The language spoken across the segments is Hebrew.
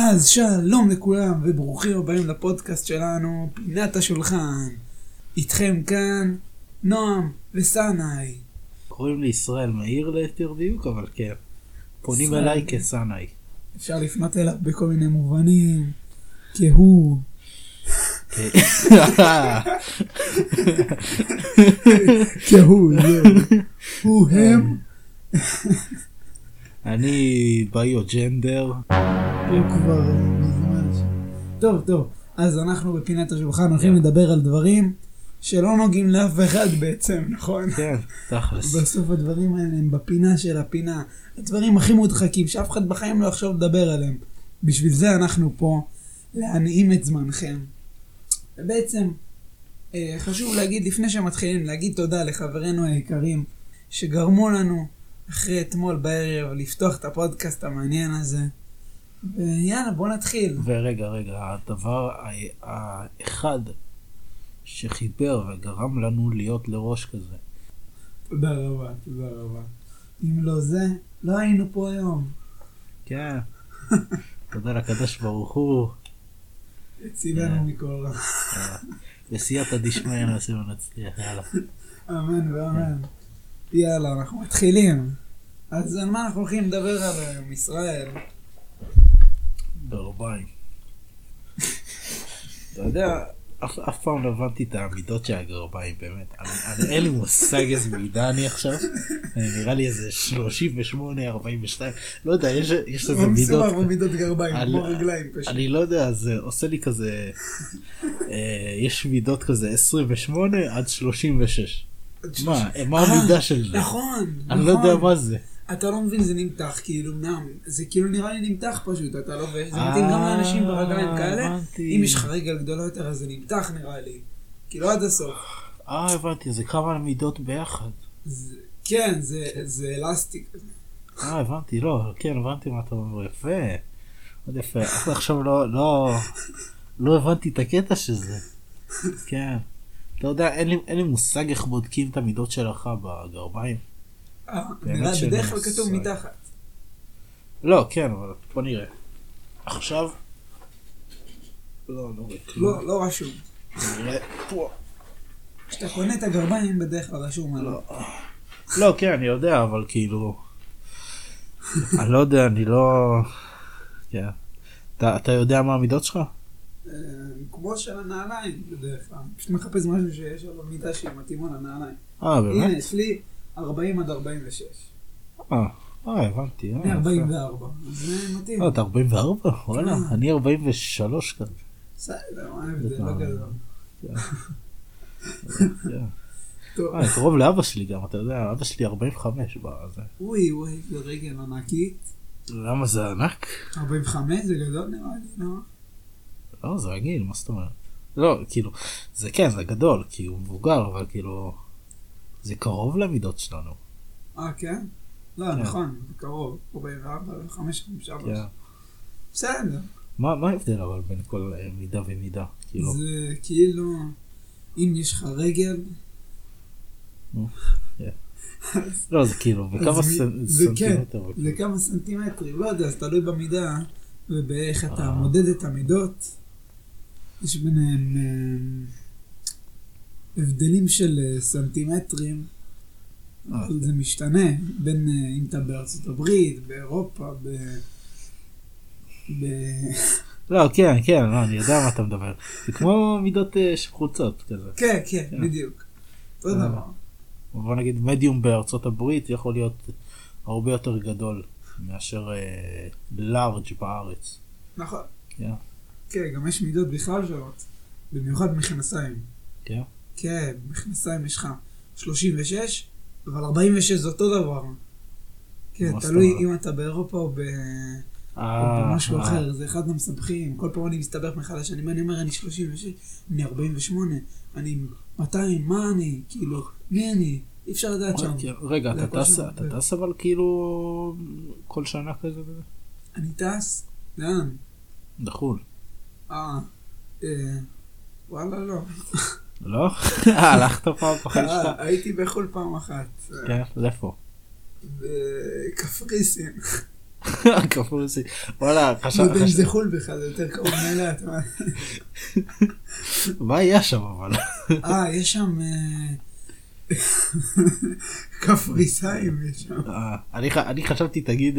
אז שלום לכולם וברוכים הבאים לפודקאסט שלנו, פינת השולחן. איתכם כאן נועם וסנאי. קוראים לי ישראל מאיר ליתר דיוק, אבל כן, פונים אליי כסנאי. אפשר לפנות אליו בכל מיני מובנים, כהוא. כהוא, הוא הם. אני ביוג'נדר. הוא כבר מזמן. טוב, אז אנחנו בפינת השולחן הולכים לדבר על דברים שלא נוגעים לאף אחד בעצם, נכון? כן, תכלס. בסוף הדברים האלה הם בפינה של הפינה, הדברים הכי מודחקים שאף אחד בחיים לא יחשוב לדבר עליהם. בשביל זה אנחנו פה, להנעים את זמנכם. ובעצם חשוב להגיד, לפני שמתחילים, להגיד תודה לחברינו היקרים שגרמו לנו אחרי אתמול בערב לפתוח את הפודקאסט המעניין הזה. ויאללה, בוא נתחיל. ורגע, הדבר האחד שחיבר וגרם לנו להיות לראש כזה. תודה רבה. אם לא זה, לא היינו פה היום. כן. תודה לקדוש ברוך הוא. הצילנו מכל רע. בסייעתא דשמיא נעשה ונצליח, יאללה. אמן ואמן. יאללה, אנחנו מתחילים. אז על מה אנחנו הולכים לדבר על ישראל? גרביים. אתה יודע, אף פעם לא הבנתי את העמידות של הגרביים, באמת. אין לי מושג איזה מידה אני עכשיו. נראה לי איזה 38, 42. לא יודע, יש איזה מידות. מסובך במידות גרביים, כמו רגליים פשוט. אני לא יודע, זה עושה לי כזה, יש מידות כזה 28 עד 36. מה המידה של זה? נכון. אני לא יודע מה זה. אתה לא מבין, זה נמתח, כאילו, זה כאילו נראה לי נמתח פשוט, אתה לא מבין, זה מתאים גם לאנשים ברגליים כאלה, אם יש לך רגל גדולה יותר אז זה נמתח נראה לי, כאילו עד הסוף. הבנתי, זה כמה מידות ביחד. כן, זה אלסטיק. הבנתי, כן, הבנתי מה אתה אומר, יפה, עוד יפה, עכשיו לא הבנתי את הקטע שזה, כן, אתה יודע, אין לי מושג איך בודקים את המידות שלך בגרביים. בדרך כלל כתוב מתחת. לא, כן, אבל בוא נראה. עכשיו לא רשום. נראה פה. כשאתה קונה את הגרביים בדרך כלל רשום עליו. לא, כן, אני יודע, אבל כאילו אני לא יודע, אני לא, כן. אתה יודע מה המידות שלך? כמו של הנעליים בדרך כלל. פשוט מחפש משהו שיש לו מידה שהיא מתאימה לנעליים. באמת? הנה, אצלי 40 עד 46. הבנתי. 44. זה מתאים. אתה 44? וואלה, אני 43 כזה. בסדר, מה ההבדל? לא גדול. קרוב לאבא שלי גם, אתה יודע, אבא שלי 45 בזה. אוי, זה רגל ענקית. למה זה ענק? 45 זה גדול נראה לי, לא? לא, זה רגיל, מה זאת אומרת? לא, כאילו, זה כן, זה גדול, כי הוא מבוגר, אבל כאילו, זה קרוב למידות שלנו. כן? לא, נכון, זה קרוב, 44, 5, 53. בסדר. מה ההבדל אבל בין כל מידה ומידה? זה כאילו, אם יש לך רגל... לא, זה כאילו, בכמה סנטימטר. זה כמה סנטימטרים, לא יודע, אז תלוי במידה, ובאיך אתה מודד את המידות. יש ביניהם הבדלים של סנטימטרים, אבל זה משתנה בין אם אתה בארצות הברית, באירופה, לא, כן, אני יודע מה אתה מדבר. זה כמו מידות של חולצות כזה. כן, בדיוק. אותו דבר. בוא נגיד, מדיום בארצות הברית יכול להיות הרבה יותר גדול מאשר לארג' בארץ. נכון. כן, גם יש מידות בכלל שונות, במיוחד מכנסיים. כן? כן, מכנסיים יש לך 36, אבל 46 זה אותו דבר. כן, תלוי אם אתה באירופה או במשהו אחר, זה אחד המסבכים. כל פעם אני מסתבך מחדש, אני אומר, אני 36, אני 48, אני 200, מה אני? כאילו, מי אני? אי אפשר לדעת שם. רגע, אתה טס אבל כאילו כל שנה כזה? אני טס? לאן? לחול. וואלה לא. לא? הלכת פעם בחיים שלך? הייתי בחול פעם אחת. כן, לאיפה? בקפריסין. כפול C. וואלה, לא יודע אם זה חול בכלל, זה יותר קרוב מאילת. מה היה שם אבל? יש שם קפריסאים יש שם. אני חשבתי תגיד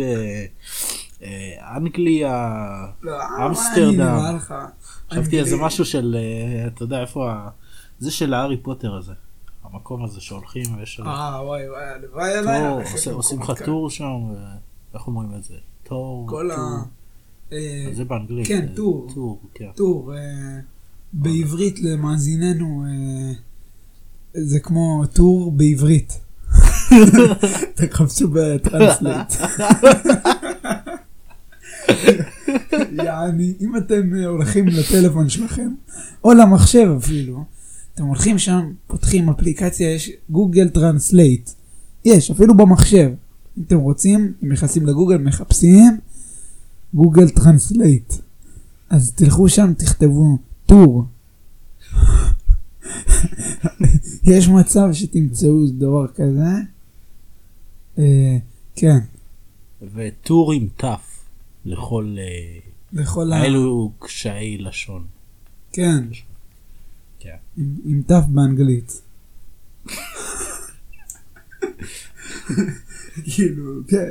אנגליה, לא, אמסטרדם. חשבתי איזה משהו של, אתה יודע איפה, זה של הארי פוטר הזה. המקום הזה שהולכים ויש... וואי, הלוואי עליי. עושים לך טור שם, איך אומרים את זה? טור. כל זה באנגלית. כן, טור. טור. בעברית למאזיננו, זה כמו טור בעברית. תחפשו בטרנסלייט. יעני, אם אתם הולכים לטלפון שלכם, או למחשב אפילו, אתם הולכים שם, פותחים אפליקציה, יש גוגל טרנסלייט. יש, אפילו במחשב. אם אתם רוצים, אתם נכנסים לגוגל, מחפשים גוגל טרנסלייט. אז תלכו שם, תכתבו טור. יש מצב שתמצאו דבר כזה. כן. וטור עם תף לכל האלו קשיי לשון. כן. עם תף באנגלית. כאילו, כן.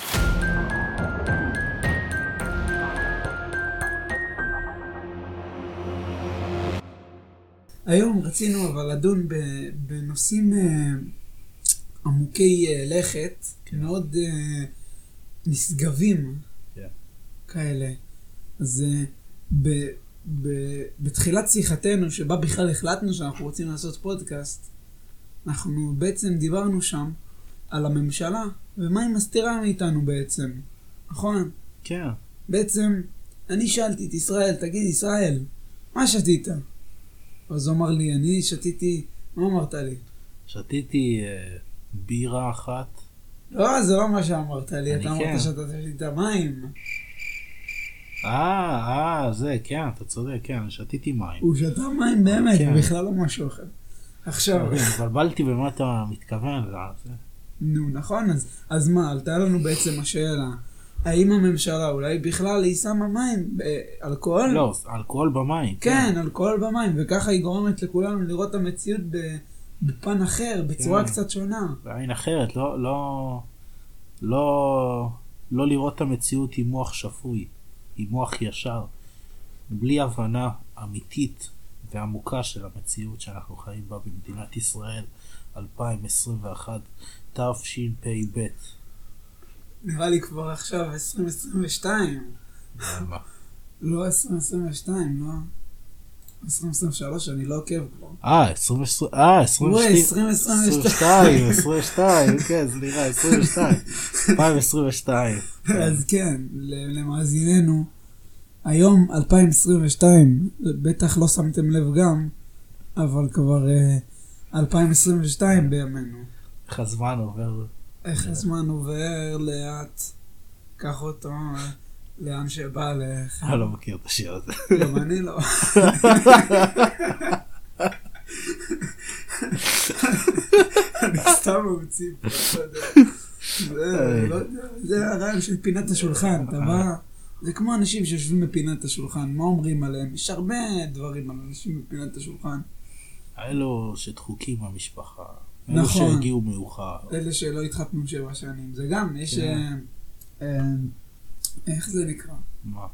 היום רצינו אבל לדון בנושאים עמוקי לכת, מאוד נשגבים כאלה. אז בתחילת שיחתנו, שבה בכלל החלטנו שאנחנו רוצים לעשות פודקאסט, אנחנו בעצם דיברנו שם על הממשלה, ומה היא מסתירה מאיתנו בעצם, נכון? כן. בעצם, אני שאלתי את ישראל, תגיד ישראל, מה שתית? אז הוא אמר לי, אני שתיתי, מה אמרת לי? שתיתי בירה אחת. לא, זה לא מה שאמרת לי, אתה אמרת שאתה שתית מים. זה, כן, אתה צודק, כן, שתיתי מים. הוא שתה מים באמת, בכלל לא משהו אחר. עכשיו... בלבלתי במה אתה מתכוון. נו, נכון, אז מה, עלתה לנו בעצם השאלה, האם הממשלה אולי בכלל היא שמה מים באלכוהול? לא, אלכוהול במים. כן, אלכוהול במים, וככה היא גורמת לכולנו לראות את המציאות בפן אחר, בצורה קצת שונה. בעין אחרת, לא לראות את המציאות עם מוח שפוי. עם מוח ישר, בלי הבנה אמיתית ועמוקה של המציאות שאנחנו חיים בה במדינת ישראל 2021 תשפ"ב. נראה לי כבר עכשיו 2022. למה? לא 2022, לא 2023, אני לא עוקב כבר. 2022, כן, זה נראה 2022. אז כן, למאזיננו, היום 2022, בטח לא שמתם לב גם, אבל כבר 2022 בימינו. איך הזמן עובר? איך הזמן עובר לאט, קח אותו לאן שבא לך. אני לא מכיר את השיר הזה. גם אני לא. אני סתם ממציא פה, לא יודע. זה הרעיון של פינת השולחן, אתה בא, זה כמו אנשים שיושבים בפינת השולחן, מה אומרים עליהם? יש הרבה דברים על אנשים בפינת השולחן. האלו שדחוקים במשפחה, אלו נכון. שהגיעו מאוחר. אלה שלא התחתנו 7 שנים, זה גם, יש... איך זה נקרא? מה?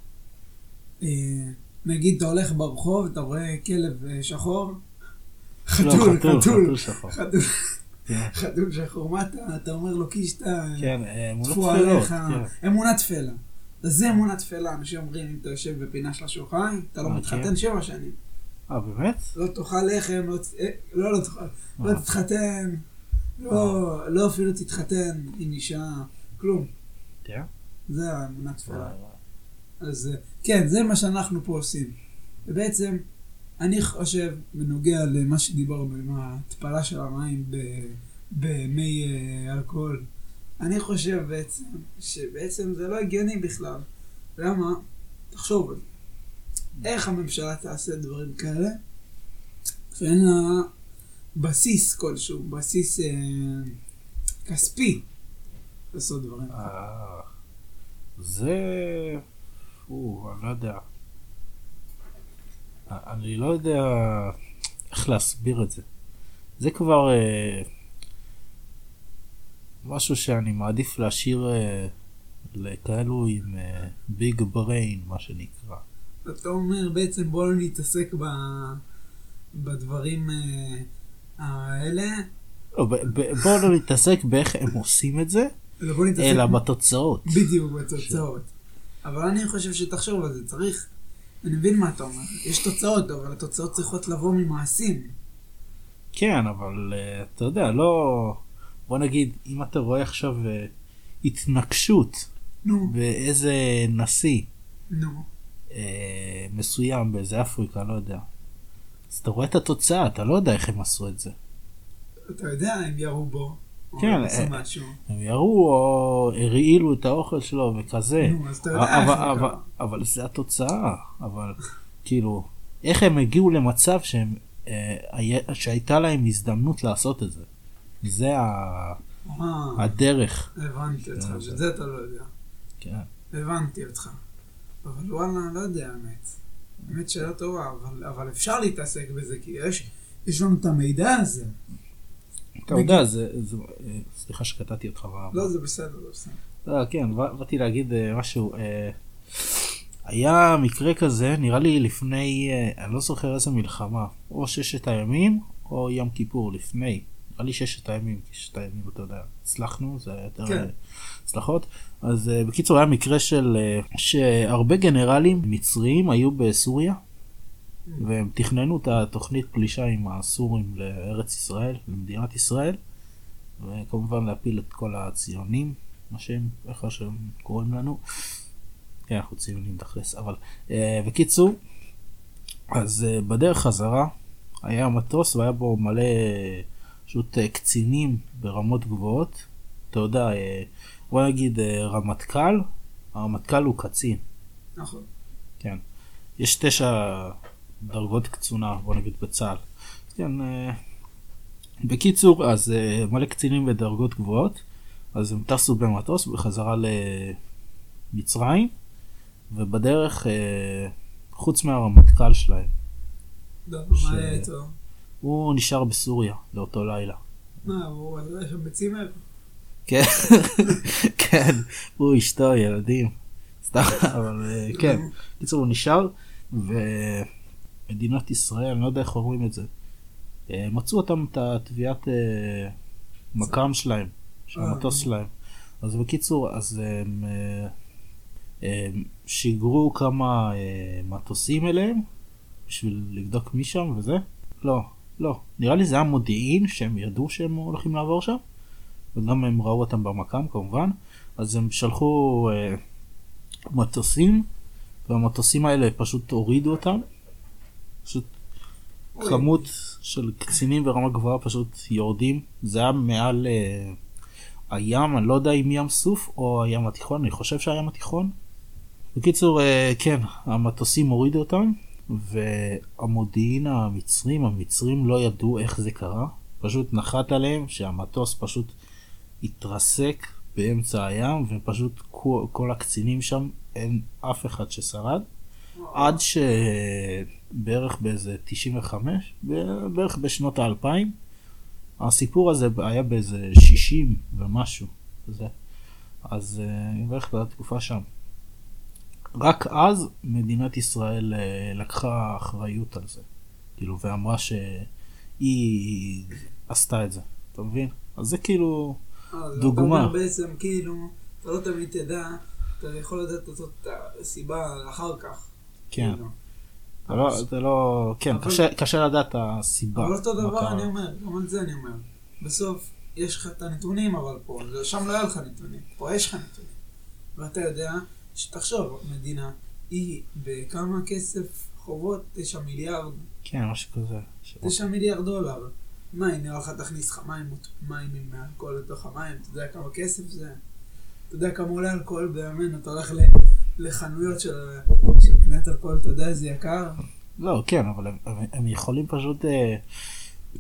נגיד אתה הולך ברחוב, אתה רואה כלב שחור, חתול שחור. חתול שחור, מה אתה אומר לו קישטה, תפו עליך, אמונה תפלה. אז זה אמונה תפלה, אנשים אומרים אם אתה יושב בפינה של השולחן, אתה לא מתחתן 7 שנים. באמת? לא תאכל לחם, לא תאכל, לא תתחתן, לא אפילו תתחתן עם אישה, כלום. כן? זה האמונה תפלה. אז כן, זה מה שאנחנו פה עושים. ובעצם, אני חושב, בנוגע למה שדיברנו עם ההתפלה של המים במי אלכוהול, אני חושב בעצם, שבעצם זה לא הגיוני בכלל. למה? תחשוב על זה. איך הממשלה תעשה דברים כאלה? שאין לה בסיס כלשהו, בסיס כספי לעשות דברים. זה... אני לא יודע. אני לא יודע איך להסביר את זה. זה כבר משהו שאני מעדיף להשאיר לכאלו עם ביג בריין, מה שנקרא. אתה אומר בעצם בוא לא נתעסק בדברים האלה. לא, בוא לא נתעסק באיך הם עושים את זה, אלא בתוצאות. בדיוק, בתוצאות. אבל אני חושב שתחשוב על זה, צריך, אני מבין מה אתה אומר, יש תוצאות, אבל התוצאות צריכות לבוא ממעשים. כן, אבל אתה יודע, לא... בוא נגיד, אם אתה רואה עכשיו התנגשות באיזה נשיא מסוים, באיזה אפריקה, לא יודע. אז אתה רואה את התוצאה, אתה לא יודע איך הם עשו את זה. אתה יודע, הם ירו בו. כן, הם ירו או הרעילו את האוכל שלו וכזה. נו, אז אתה יודע איך זה קרה. אבל זה התוצאה. אבל כאילו, איך הם הגיעו למצב שהייתה להם הזדמנות לעשות את זה. זה הדרך. הבנתי אותך, שזה אתה לא יודע. כן. הבנתי אותך. אבל וואלה, לא יודע האמת. האמת שאלה טובה, אבל אפשר להתעסק בזה, כי יש לנו את המידע הזה. אתה יודע, סליחה שקטעתי אותך. לא, זה בסדר, זה בסדר. כן, באתי להגיד משהו. היה מקרה כזה, נראה לי לפני, אני לא זוכר איזה מלחמה, או ששת הימים, או יום כיפור לפני. נראה לי ששת הימים, כי ששת הימים, אתה יודע, הצלחנו, זה יותר הצלחות. אז בקיצור, היה מקרה של שהרבה גנרלים מצריים היו בסוריה, והם תכננו את התוכנית פלישה עם הסורים לארץ ישראל, למדינת ישראל, וכמובן להפיל את כל הציונים, מה שהם, איך שהם קוראים לנו. כן, אנחנו ציונים תכלס, אבל בקיצור, אז בדרך חזרה היה מטוס והיה בו מלא פשוט קצינים ברמות גבוהות. אתה יודע, בוא נגיד רמטכ"ל, הרמטכ"ל הוא קצין. נכון. כן. יש 9 דרגות קצונה, בוא נגיד בצה"ל. כן, בקיצור, אז מלא קצינים בדרגות גבוהות, אז הם טסו במטוס בחזרה למצרים, ובדרך, חוץ מהרמטכ"ל שלהם. מה היה איתו? הוא נשאר בסוריה לאותו לילה. הוא היה שם בצימר? כן, כן, הוא אשתו, ילדים. סתם, אבל כן. בקיצור, הוא נשאר, ומדינת ישראל, אני לא יודע איך אומרים את זה, מצאו אותם את התביעת מקם שלהם, של המטוס שלהם. אז בקיצור, אז הם שיגרו כמה מטוסים אליהם, בשביל לבדוק מי שם וזה. לא, נראה לי זה היה מודיעין שהם ידעו שהם הולכים לעבור שם, וגם הם ראו אותם במקם כמובן. אז הם שלחו מטוסים, והמטוסים האלה פשוט הורידו אותם. פשוט כמות של קצינים ברמה גבוהה פשוט יורדים. זה היה מעל הים, אני לא יודע אם ים סוף או הים התיכון, אני חושב שהים התיכון. בקיצור, כן, המטוסים הורידו אותם, והמודיעין המצרים לא ידעו איך זה קרה. פשוט נחת עליהם שהמטוס פשוט התרסק באמצע הים, ופשוט כל הקצינים שם, אין אף אחד ששרד. עד שבערך באיזה 95, בערך בשנות ה-2000, הסיפור הזה היה באיזה 60 ומשהו. אז בערך בתקופה שם. רק אז מדינת ישראל לקחה אחריות על זה. כאילו, ואמרה שהיא עשתה את זה. אתה מבין? אז זה כאילו דוגמה. אתה אומר בעצם כאילו, אתה לא תמיד תדע, אתה יכול לדעת את הסיבה אחר כך. כן. אתה לא, כן, קשה לדעת את הסיבה. אבל אותו דבר אני אומר, גם על זה אני אומר. בסוף יש לך את הנתונים, אבל פה, שם לא היה לך נתונים. פה יש לך נתונים. ואתה יודע שתחשוב, מדינה היא בכמה כסף חובות? 9 מיליארד. כן, משהו כזה. 9 מיליארד דולר. מה, נראה לך תכניס לך מים עם אלכוהול לתוך המים? אתה יודע כמה כסף זה? אתה יודע כמה עולה אלכוהול בימינו? אתה הולך לחנויות של קניית אלכוהול, אתה יודע איזה יקר? לא, כן, אבל הם יכולים פשוט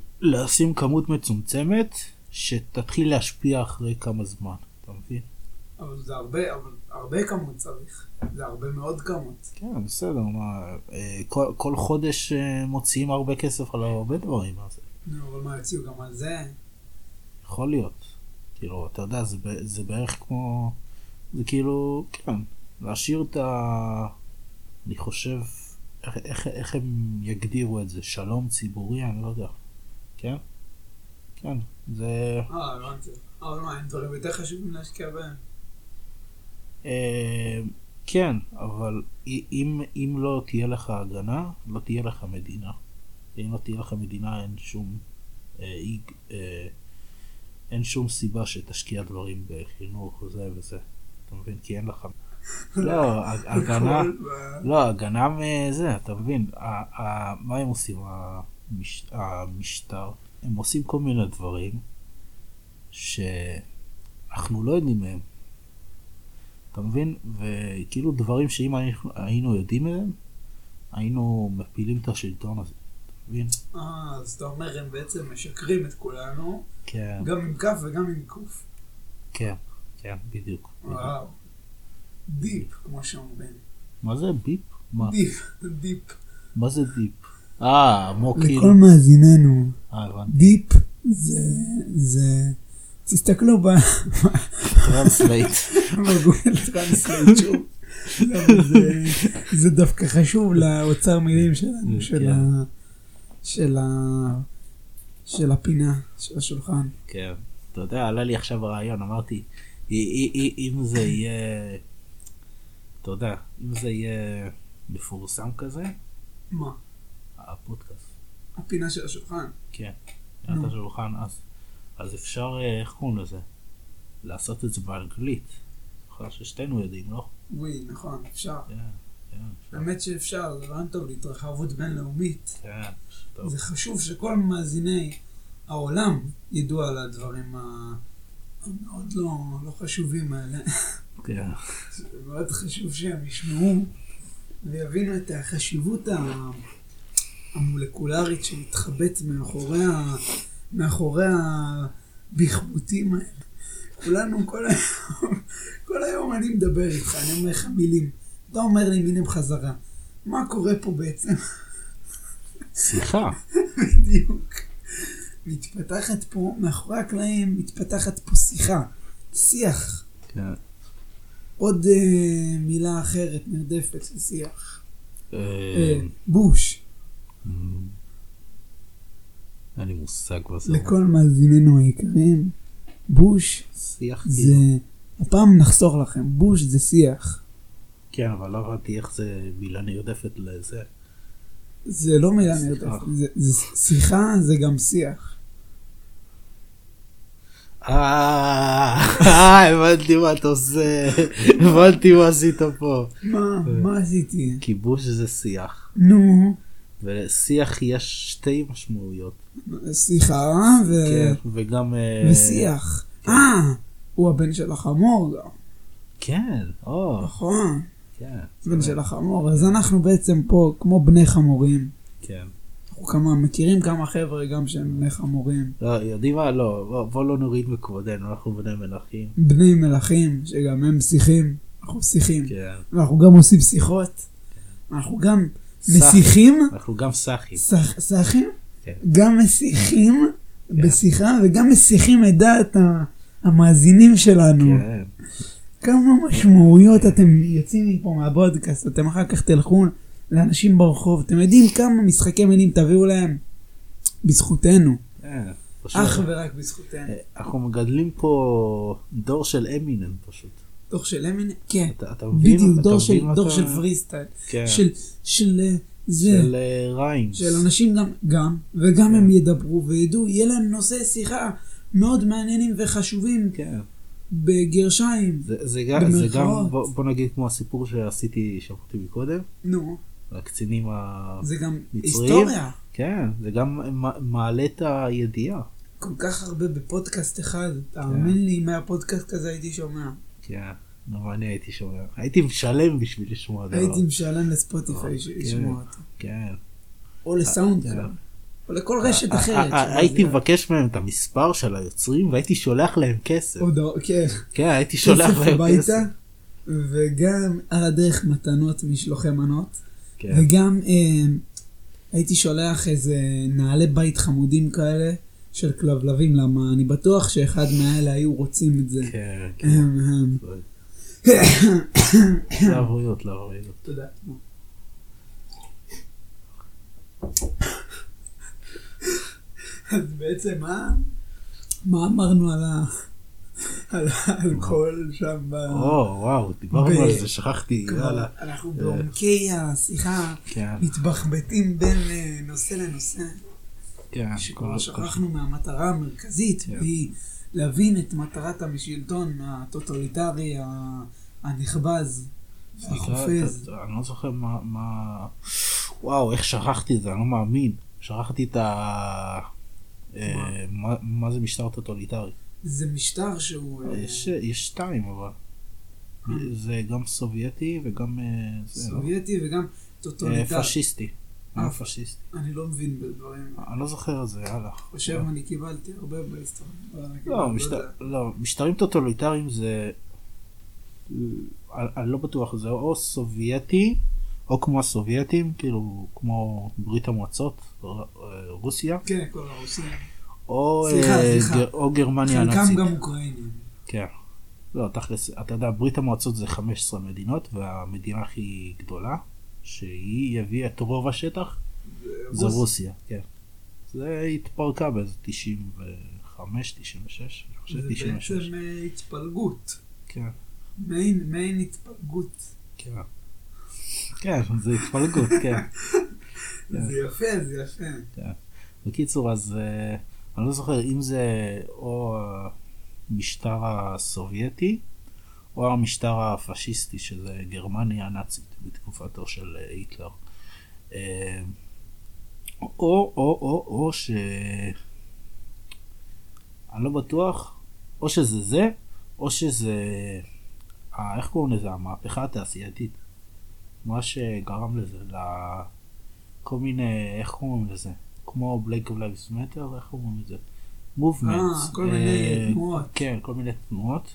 לשים כמות מצומצמת שתתחיל להשפיע אחרי כמה זמן, אתה מבין? אבל זה הרבה כמות צריך. זה הרבה מאוד כמות. כן, בסדר, מה, כל חודש מוציאים הרבה כסף על הרבה דברים. נו, אבל מה, יציעו גם על זה? יכול להיות. כאילו, אתה יודע, זה בערך כמו, זה כאילו, כן, להשאיר את אני חושב, איך הם יגדירו את זה? שלום ציבורי? אני לא יודע. כן? כן, זה... הבנתי. אבל מה, אין דברים יותר חשובים להשקיע בהם? כן, אבל אם לא תהיה לך הגנה, לא תהיה לך מדינה. אם לא תהיה לך מדינה, אין שום סיבה שתשקיע דברים בחינוך וזה וזה. אתה מבין? כי אין לך... לא, הגנה... לא, הגנה מזה, אתה מבין? מה הם עושים? המשטר. הם עושים כל מיני דברים שאנחנו לא יודעים מהם. אתה מבין? וכאילו דברים שאם היינו יודעים מהם, היינו מפילים את השלטון הזה. אתה מבין? אז אתה אומר, הם בעצם משקרים את כולנו, כן. גם עם כף וגם עם קוף. כן, כן, בדיוק. וואו. דיפ, כמו שאומרים. מה זה ביפ? מה? דיפ. מה זה דיפ? כמו כאילו... לכל מאזיננו, הבנתי. דיפ זה... תסתכלו טרנסלייט. בגוגל טרנסלייט שוב. זה דווקא חשוב לאוצר מילים שלנו, של הפינה, של השולחן. כן. אתה יודע, עלה לי עכשיו הרעיון, אמרתי, אם זה יהיה, אתה יודע, אם זה יהיה מפורסם כזה, מה? הפודקאסט. הפינה של השולחן. כן. פינת השולחן, אז אפשר, איך קוראים לזה? לעשות את זה באנגלית. אחר ששתינו יודעים, לא? וואי, נכון, אפשר. כן, כן. באמת שאפשר, זה רעיון טוב להתרחבות בינלאומית. כן, טוב. זה חשוב שכל מאזיני העולם ידעו על הדברים המאוד לא חשובים האלה. כן. זה מאוד חשוב שהם ישמעו ויבינו את החשיבות המולקולרית שמתחבאת מאחורי הבכבותים האלה. כולנו כל היום אני מדבר איתך, אני אומר לך מילים. אתה אומר לי מילים חזרה. מה קורה פה בעצם? שיחה. בדיוק. מתפתחת פה, מאחורי הקלעים, מתפתחת פה שיחה. שיח. כן. עוד מילה אחרת נרדפת לשיח. בוש. אין לי מושג בזה. לכל מאזיננו היקרים, בוש שיח זה... כאילו. הפעם נחסוך לכם, בוש זה שיח. כן, אבל לא ראיתי איך זה מילה נרדפת לזה. זה לא מילה נרדפת, זה שיחה, זה גם שיח. הבנתי מה אתה עושה. הבנתי מה עשית פה. מה עשיתי? כיבוש זה שיח. נו. ולשיח יש שתי משמעויות. שיחה כן, וגם... ושיח. הוא הבן של החמור גם. כן, נכון. כן. בן של החמור. אז אנחנו בעצם פה כמו בני חמורים. כן. אנחנו מכירים כמה חבר'ה גם שהם בני חמורים. לא, יודעים מה? לא, בוא לא נוריד מכבודנו, אנחנו בני מלכים. בני מלכים, שגם הם שיחים. אנחנו שיחים. כן. ואנחנו גם עושים שיחות. אנחנו גם משיחים. אנחנו גם סחים. סחים? כן. גם משיחים בשיחה וגם משיחים את דעת המאזינים שלנו. כן. כמה משמעויות אתם יוצאים מפה מהבודקאסט, אתם אחר כך תלכו לאנשים ברחוב, אתם יודעים כמה משחקי מילים תביאו להם בזכותנו. אך ורק בזכותנו. אנחנו מגדלים פה דור של אמינם פשוט. דור של אמינם? כן. אתה מבין? בדיוק, דור של פריסטייל. של ריימס. של אנשים גם, וגם הם ידברו וידעו, יהיה להם נושא שיחה מאוד מעניינים וחשובים. כן. בגרשיים. זה גם, בוא נגיד כמו הסיפור שעשיתי, שאמרתי מקודם. נו. הקצינים המצריים. זה גם היסטוריה. כן, זה גם מעלה את הידיעה. כל כך הרבה בפודקאסט אחד. תאמין לי, מהפודקאסט כזה הייתי שומע. כן, לא, אני הייתי שומע. הייתי משלם בשביל לשמוע דבר. הייתי משלם לספוטיפיי לשמוע אותו. כן. או לסאונד קלאוד. או לכל רשת אחרת. הייתי מבקש מהם את המספר של היוצרים והייתי שולח להם כסף. כן. כן, הייתי שולח להם כסף. וגם על הדרך מתנות משלוחי מנות. כן. וגם הייתי שולח איזה נעלי בית חמודים כאלה של כלבלבים, למה אני בטוח שאחד מהאלה היו רוצים את זה. כן, כן. לעבוריות. תודה. אז בעצם מה אמרנו על אלכוהול שם וואו, דיברנו על זה, שכחתי. אנחנו בעומקי השיחה מתבחבטים בין נושא לנושא. שכבר שכחנו מהמטרה המרכזית, והיא להבין את מטרת המשלטון הטוטליטרי הנחבז והחופז. אני לא זוכר וואו, איך שכחתי את זה, אני לא מאמין. שכחתי את מה זה משטר טוטליטרי. זה משטר שהוא... יש שתיים, אבל זה גם סובייטי וגם... סובייטי וגם טוטליטרי. פשיסטי. פשיסטי. אני לא מבין בדברים. אני לא זוכר את זה, יאללה. חושב, אני קיבלתי הרבה בהיסטוריה. לא, משטרים טוטליטריים זה... אני לא בטוח, זה או סובייטי, או כמו הסובייטים, כאילו כמו ברית המועצות, רוסיה. כן, כל הרוסיה. או גרמניה הנאצית. חלקם גם אוקראינים. כן. לא, תכלס, אתה יודע, ברית המועצות זה 15 מדינות, והמדינה הכי גדולה, שהיא הביאה את רוב השטח, זה רוסיה, כן. זה התפרקה באיזה 95, 96, אני חושב 96. זה בעצם התפלגות. כן. מעין התפלגות. כן. כן, זה התפלגות, כן. זה יפה, זה יפה. כן. בקיצור, אז אני לא זוכר אם זה או המשטר הסובייטי, או המשטר הפשיסטי, שזה גרמניה הנאצית, בתקופתו של היטלר. או ש... אני לא בטוח, או שזה זה, או שזה... איך קוראים לזה? המהפכה התעשייתית. מה שגרם לזה, לכל מיני, איך קוראים לזה? כמו Black Lives Matter, איך קוראים לזה? Movements. כל מיני תנועות. כן, כל מיני תנועות.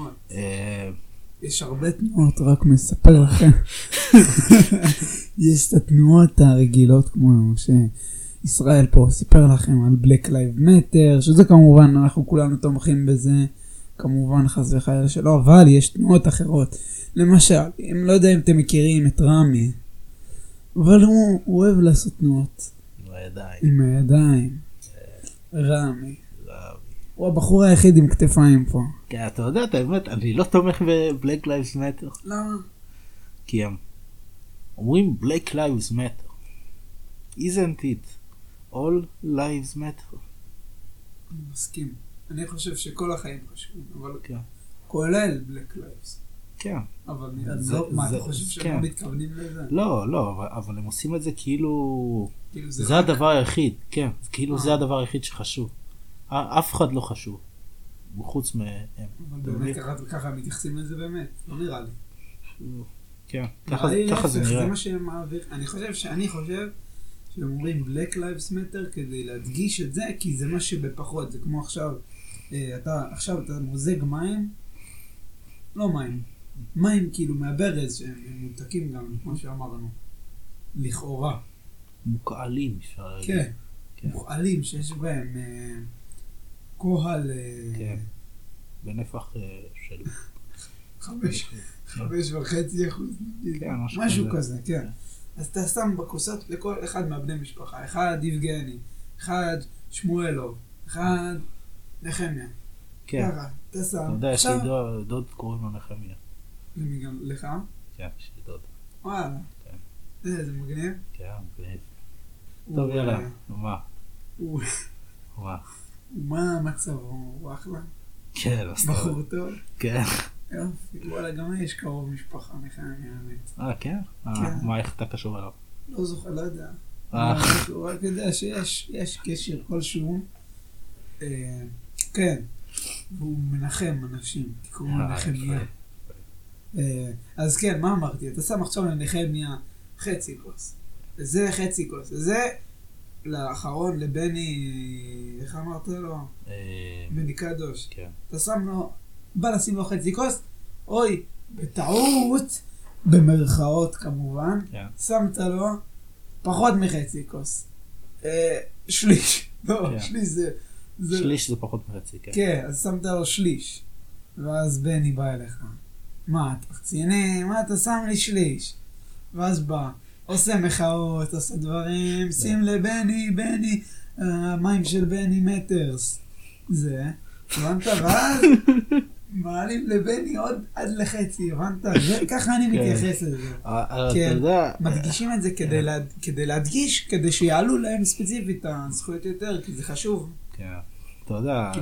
יש הרבה תנועות, רק מספר לכם. יש את התנועות הרגילות, כמו שישראל פה סיפר לכם על Black Lives Matter, שזה כמובן, אנחנו כולנו תומכים בזה, כמובן חס וחלילה שלא, אבל יש תנועות אחרות. למשל, אם לא יודע אם אתם מכירים את רמי, אבל הוא אוהב לעשות תנועות. עם הידיים. רמי. הוא הבחור היחיד עם כתפיים פה. כן, אתה יודע, את האמת, אני לא תומך ב-Black Lives Matter. למה? כי הם אומרים Black Lives Matter. Isn't it? All lives matter. אני מסכים. אני חושב שכל החיים חשובים, אבל כולל Black Lives. כן. אבל מה, אתה חושב שהם לא מתכוונים לזה? לא, אבל הם עושים את זה כאילו... זה הדבר היחיד, כן. כאילו זה הדבר היחיד שחשוב. אף אחד לא חשוב. חוץ מהם. אבל באמת ככה הם מתייחסים לזה באמת. לא נראה לי. כן, ככה זה נראה. זה מה שהם מעביר. אני חושב שהם אומרים Black Lives Matter כדי להדגיש את זה, כי זה מה שבפחות. זה כמו עכשיו, אתה מוזג מים, לא מים כאילו מהברז, שהם מותקים גם, כמו שאמרנו. לכאורה. מוקעלים, אפשר להגיד. כן, מוקעלים שיש בהם קוהל... כן, בנפח של... 5.5%. כן, משהו כזה, כן. אז אתה שם בכוסות לכל אחד מהבני משפחה. אחד יבגני, אחד שמואלוב, אחד נחמיה. כן. ככה, אתה שם. אתה יודע, יש לי דוד קוראים לו נחמיה. לך? כן, יש לי דוד. וואלה. זה מגניב? כן, מגניב. טוב, יאללה, מה? מה המצב? הוא אחלה? כן, בחור טוב? כן. יופי, וואלה, גם יש קרוב משפחה נחמיה, כן? מה, איך אתה קשור אליו? לא זוכר, לא יודע. רק יודע שיש קשר כלשהו. כן, והוא מנחם אנשים, קוראים לנחמיה. אז כן, מה אמרתי? אתה שם עכשיו לנחמיה חצי כוס, וזה חצי כוס, וזה לאחרון, לבני, איך אמרת לו? בני קדוש. כן. אתה שם לו, בא לשים לו חצי כוס, אוי, בטעות, במרכאות כמובן, כן. שמת לו פחות מחצי כוס. שליש. לא, כן. שליש זה... שליש זה פחות מחצי, כן. כן, אז שמת לו שליש. ואז בני בא אליך. מה, אתה רציני? מה אתה שם לי שליש? ואז בא, עושה מחאות, עושה דברים, שים לבני, בני, המים של בני מטרס. זה, הבנת? ואז מעלים לבני עוד עד לחצי, הבנת? ככה אני מתייחס לזה. כן, מדגישים את זה כדי להדגיש, כדי שיעלו להם ספציפית הזכויות יותר, כי זה חשוב. כן. אתה יודע,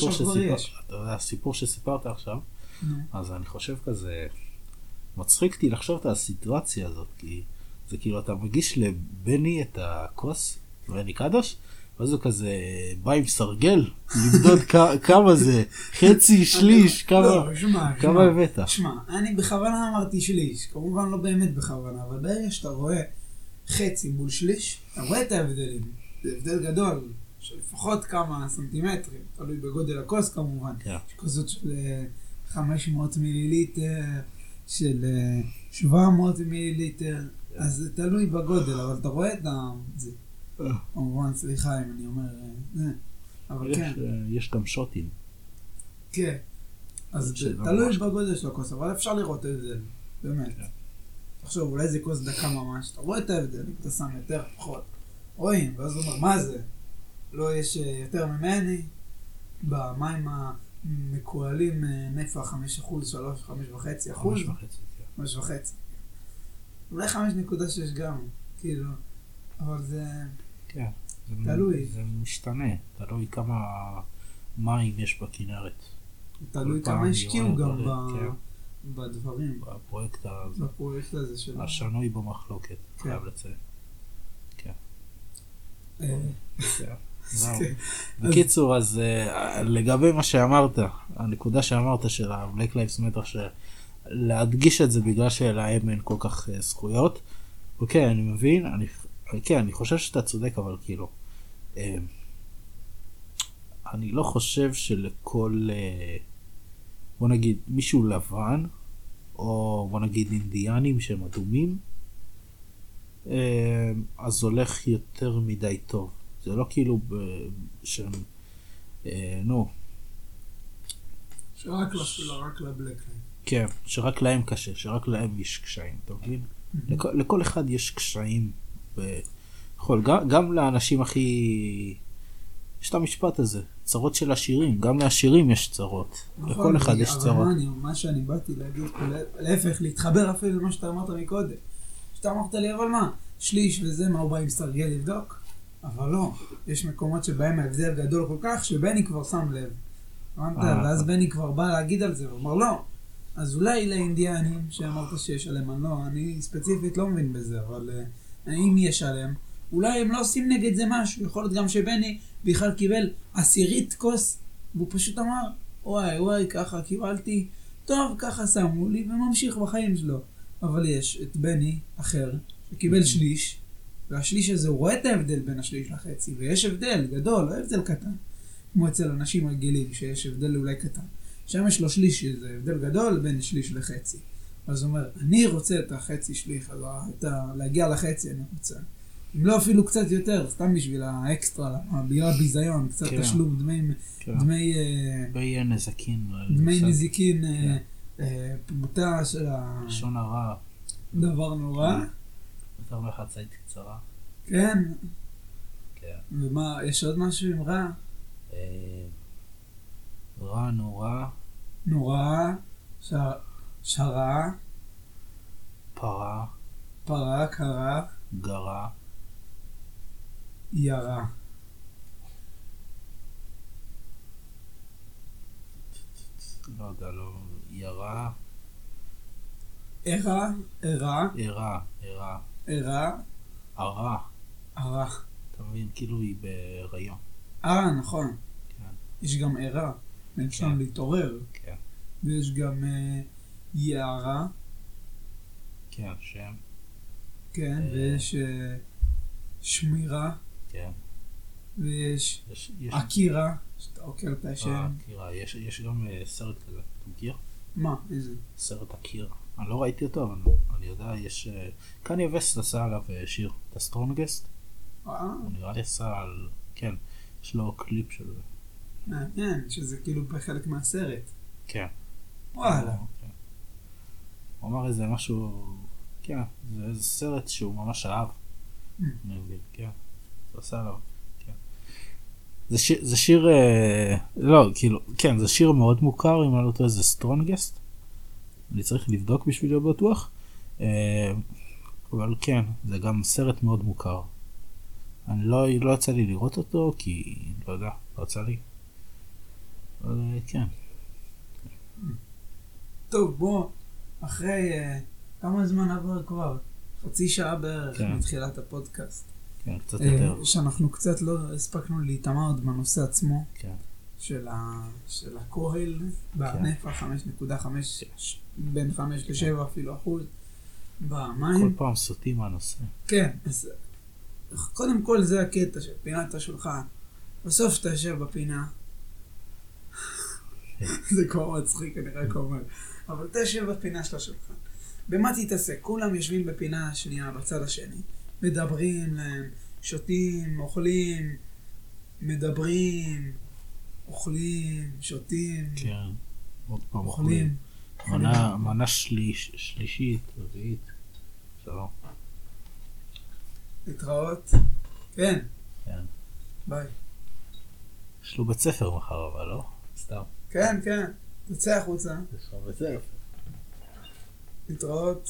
הסיפור שסיפרת עכשיו, אז אני חושב כזה, מצחיק אותי לחשוב את הסיטואציה הזאת, כי זה כאילו אתה מגיש לבני את הכוס, בני קדוש, ואז הוא כזה בא עם סרגל, למדוד כמה זה, חצי, שליש, כמה הבאת. שמע, אני בכוונה אמרתי שליש, כמובן לא באמת בכוונה, אבל ברגע שאתה רואה חצי מול שליש, אתה רואה את ההבדלים, זה הבדל גדול. של לפחות כמה סנטימטרים, תלוי בגודל הכוס כמובן. יש כוסות של 500 מיליליטר, של 700 מיליליטר, אז זה תלוי בגודל, אבל אתה רואה את זה. כמובן, סליחה אם אני אומר זה, אבל כן. יש גם שוטים. כן, אז תלוי בגודל של הכוס, אבל אפשר לראות את זה, באמת. תחשוב, אולי זה כוס דקה ממש, אתה רואה את ההבדל, אם אתה שם יותר פחות. רואים, ואז הוא אומר, מה זה? לא יש יותר ממני, במים המקוהלים נפח 5%, 5.5%. 5.5. אולי 5.6 גם, כאילו, אבל זה תלוי. זה משתנה, תלוי כמה מים יש בכנרת. תלוי כמה השקיעו גם בדברים. בפרויקט הזה של... השנוי במחלוקת, חייב לציין. כן. בקיצור, אז לגבי מה שאמרת, הנקודה שאמרת של ה-Black Lives Matter, להדגיש את זה בגלל שלהם אין כל כך זכויות, אוקיי, אני מבין, אני חושב שאתה צודק, אבל כאילו, אני לא חושב שלכל, בוא נגיד, מישהו לבן, או בוא נגיד אינדיאנים שהם אדומים, אז הולך יותר מדי טוב. זה לא כאילו שהם, שרק לבלק. כן, שרק להם קשה, שרק להם יש קשיים, אתה מבין? לכל אחד יש קשיים, גם לאנשים הכי, יש את המשפט הזה, צרות של עשירים, גם לעשירים יש צרות, לכל אחד יש צרות. מה שאני באתי להגיד, להפך, להתחבר אפילו למה שאתה אמרת מקודם, שאתה אמרת לי, אבל מה, שליש וזה, מה הוא בא עם סרגל לבדוק? אבל לא, יש מקומות שבהם ההבדל גדול כל כך, שבני כבר שם לב. ואז בני כבר בא להגיד על זה, הוא אמר לא. אז אולי לאינדיאנים שאמרת שיש עליהם, אני ספציפית לא מבין בזה, אבל אם יש עליהם, אולי הם לא עושים נגד זה משהו. יכול להיות גם שבני בכלל קיבל 10 כוס, והוא פשוט אמר, וואי, ככה קיבלתי, טוב, ככה שמו לי, וממשיך בחיים שלו. אבל יש את בני אחר, שקיבל שליש, והשליש הזה הוא רואה את ההבדל בין השליש לחצי, ויש הבדל גדול, לא הבדל קטן, כמו אצל אנשים רגילים, שיש הבדל אולי קטן. שם יש לו שליש, זה הבדל גדול בין שליש לחצי. אז הוא אומר, אני רוצה את החצי שליש, להגיע לחצי אני רוצה. אם לא אפילו קצת יותר, סתם בשביל האקסטרה, בגלל הביזיון, קצת תשלום, דמי נזקין. דמי נזיקין, פמותה של לשון הרע. דבר נורא. יותר מחצאית קצרה. כן. ומה, יש עוד משהו עם רע? רע, נורא. נורא, שרה. פרה. קרה. גרה. ירה. לא יודע, לא. ירה. ערה. ערה. ערה. אתה מבין, כאילו היא בהיריון. נכון. כן. יש גם ערה, אפשר להתעורר. כן. ויש גם יערה. כן, שם. כן, ויש שמירה. כן. ויש יש אקירה, שאתה עוקר את השם. אקירה, יש גם סרט כזה, אתה מכיר? מה? איזה? סרט אקירה. אני לא ראיתי אותו, אבל אני יודע, יש... קניה ווסט עשה עליו שיר, את הסטרונגסט. הוא נראה לי עשה על... כן, יש לו קליפ של זה. מעניין, שזה כאילו בחלק מהסרט. כן. וואלה. הוא אמר איזה משהו... כן, זה סרט שהוא ממש אהב. אני מבין, כן. זה עשה עליו. זה שיר, לא, כאילו, כן, זה שיר מאוד מוכר, אם אני לא טועה, זה סטרונגסט. אני צריך לבדוק בשביל להיות בטוח. אבל כן, זה גם סרט מאוד מוכר. אני לא יצא לי לראות אותו, כי, לא יודע, לא יצא לי. אבל כן. טוב, בוא, אחרי כמה זמן עבר כבר? חצי שעה בערך מתחילת הפודקאסט. כן, קצת יותר. שאנחנו קצת לא הספקנו להתאמה עוד בנושא עצמו. כן. של הכהל, בנפח 5.5, בין 5 ל-7 אפילו אחוז, במים. כל פעם סוטים מהנושא. כן, אז קודם כל זה הקטע של פינת השולחן. בסוף אתה יושב בפינה. זה כבר מצחיק, אני רק אומר. אבל אתה יושב בפינה של השולחן. במה תתעסק? כולם יושבים בפינה השנייה, בצד השני. מדברים להם, שותים, אוכלים, מדברים, אוכלים, שותים. כן, עוד פעם אוכלים. מנה שלישית, רביעית. שלום. להתראות. כן. כן. ביי. יש לו בית ספר מחר, אבל לא? סתם. כן, כן. תצא החוצה. יש לו בית ספר. להתראות.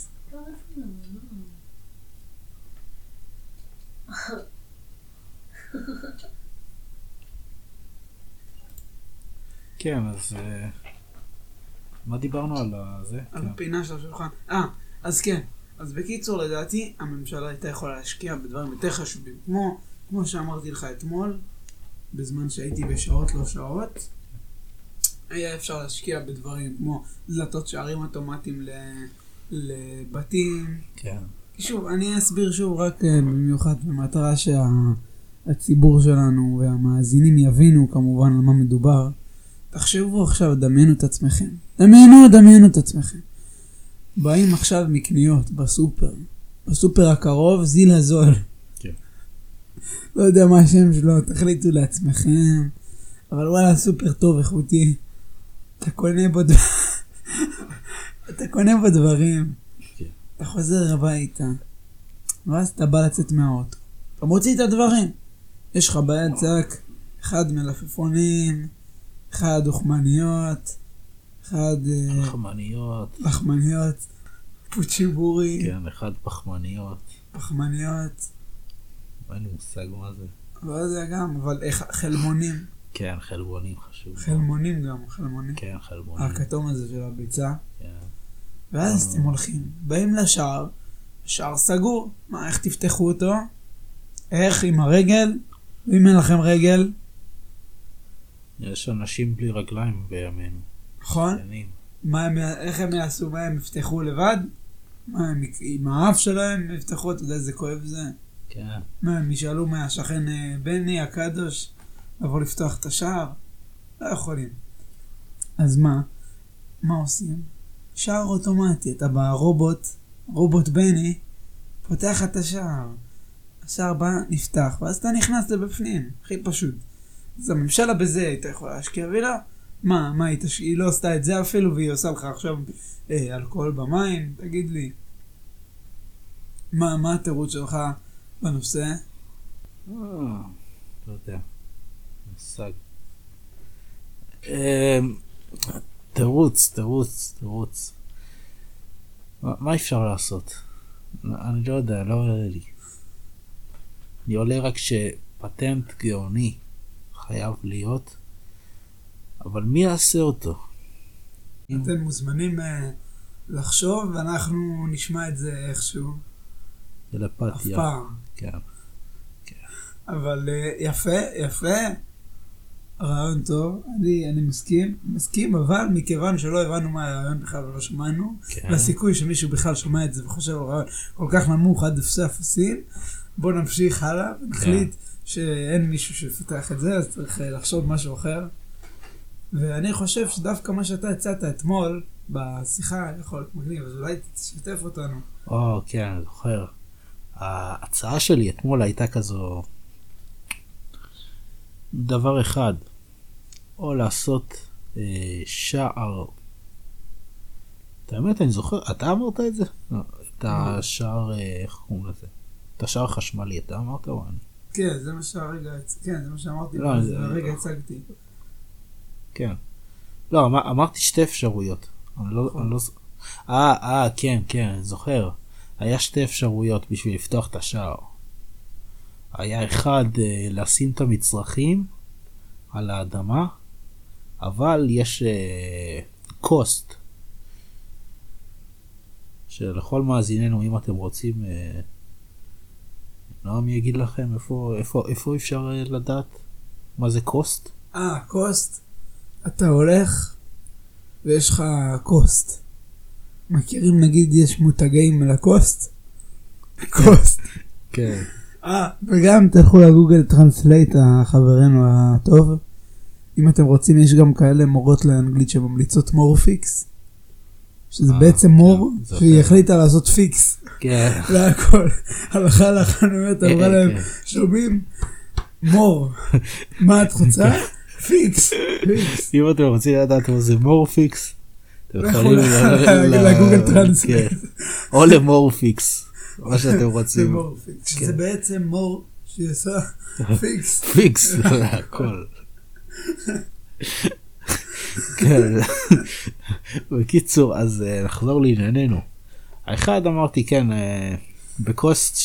כן, אז מה דיברנו על זה? על הפינה של השולחן. אז כן. אז בקיצור, לדעתי, הממשלה הייתה יכולה להשקיע בדברים יותר חשובים. כמו שאמרתי לך אתמול, בזמן שהייתי בשעות לא שעות, היה אפשר להשקיע בדברים כמו דלתות שערים אוטומטיים לבתים. כן. שוב, אני אסביר שוב רק במיוחד במטרה שהציבור שלנו והמאזינים יבינו כמובן על מה מדובר. תחשבו עכשיו, דמיינו את עצמכם. דמיינו את עצמכם. באים עכשיו מקניות בסופר הקרוב, זיל הזול. כן. לא יודע מה השם שלו, תחליטו לעצמכם. אבל וואלה, סופר טוב, איכותי. אתה קונה בו דברים. כן. אתה חוזר הביתה. ואז אתה בא לצאת מהאוטו. אתה מוציא את הדברים. יש לך ביד צק, אחד מלפפונים, אחד דוחמניות, אחד... לחמניות. פוצ'יבורי. כן, אחד פחמניות. אין לי מושג מה זה. לא יודע גם, אבל חלמונים. כן, חלבונים חשוב. חלמונים גם, חלמונים. כן, חלבונים. הכתום הזה של הביצה. כן. ואז אתם הולכים, באים לשער, השער סגור. מה, איך תפתחו אותו? איך עם הרגל? ואם אין לכם רגל? יש אנשים בלי רגליים בימינו. נכון? איך הם יעשו? מה הם יפתחו לבד? מה הם עם האף שלהם יפתחו? אתה יודע איזה כואב זה? כן. מה הם ישאלו מהשכן בני הקדוש לבוא לפתוח את השער? לא יכולים. אז מה עושים? שער אוטומטי. אתה רובוט בני, פותח את השער. השער בא, נפתח, ואז אתה נכנס לבפנים. הכי פשוט. אז הממשלה בזה הייתה יכולה להשקיע וילה. מה היא לא עשתה את זה אפילו, והיא עושה לך עכשיו אלכוהול במים? תגיד לי. מה התירוץ שלך בנושא? לא יודע. מושג. תירוץ. מה אפשר לעשות? אני לא יודע, לא עולה לי. אני עולה רק שפטנט גאוני חייב להיות, אבל מי יעשה אותו? אתם מוזמנים לחשוב, ואנחנו נשמע את זה איכשהו. טלפתיה. אף פעם. כן. אבל יפה. רעיון טוב, אני מסכים, אבל מכיוון שלא הבנו מה הרעיון בכלל ולא שמענו, והסיכוי שמישהו בכלל שומע את זה וחושב על רעיון כל כך נמוך עד אפסי אפסים, בוא נמשיך הלאה ונחליט שאין מישהו שיפתח את זה, אז צריך לחשוב משהו אחר. ואני חושב שדווקא מה שאתה הצעת אתמול, בשיחה, יכול להיות מגניב, אז אולי תשתף אותנו. כן, אני זוכר. ההצעה שלי אתמול הייתה כזו דבר אחד, או לעשות שער. את האמת, אני זוכר, אתה אמרת את זה? את השער, איך קוראים לזה? את השער חשמלי, אתה אמרת או אני? כן, זה מה שהרגע, כן, זה מה שאמרתי, הרגע הצגתי. כן. לא, אמרתי שתי אפשרויות. כן, אני זוכר. היה שתי אפשרויות בשביל לפתוח את השער. היה אחד, לשים את המצרכים על האדמה, אבל יש קוסט. שלכל מאזיננו, אם אתם רוצים, נועם יגיד לכם איפה אפשר לדעת מה זה קוסט? קוסט. אתה הולך ויש לך קוסט. מכירים נגיד יש מותגים לקוסט? קוסט. כן. וגם תלכו לגוגל טרנסלייט, חברנו הטוב. אם אתם רוצים, יש גם כאלה מורות לאנגלית שממליצות מורפיקס. שזה בעצם מור שהיא החליטה לעשות פיקס. כן. והכל. הלכה לחנויות, אמרה להם, שומעים? מור. מה את רוצה? פיקס. אם אתם רוצים לדעת מה זה מורפיקס, אתם יכולים לגוגל טרנסלייט. או למורפיקס, מה שאתם רוצים. זה מורפיקס. שזה בעצם מור שעשה פיקס. פיקס, הכל. כן. בקיצור, אז נחזור לענייננו. האחד אמרתי, כן, בקוסט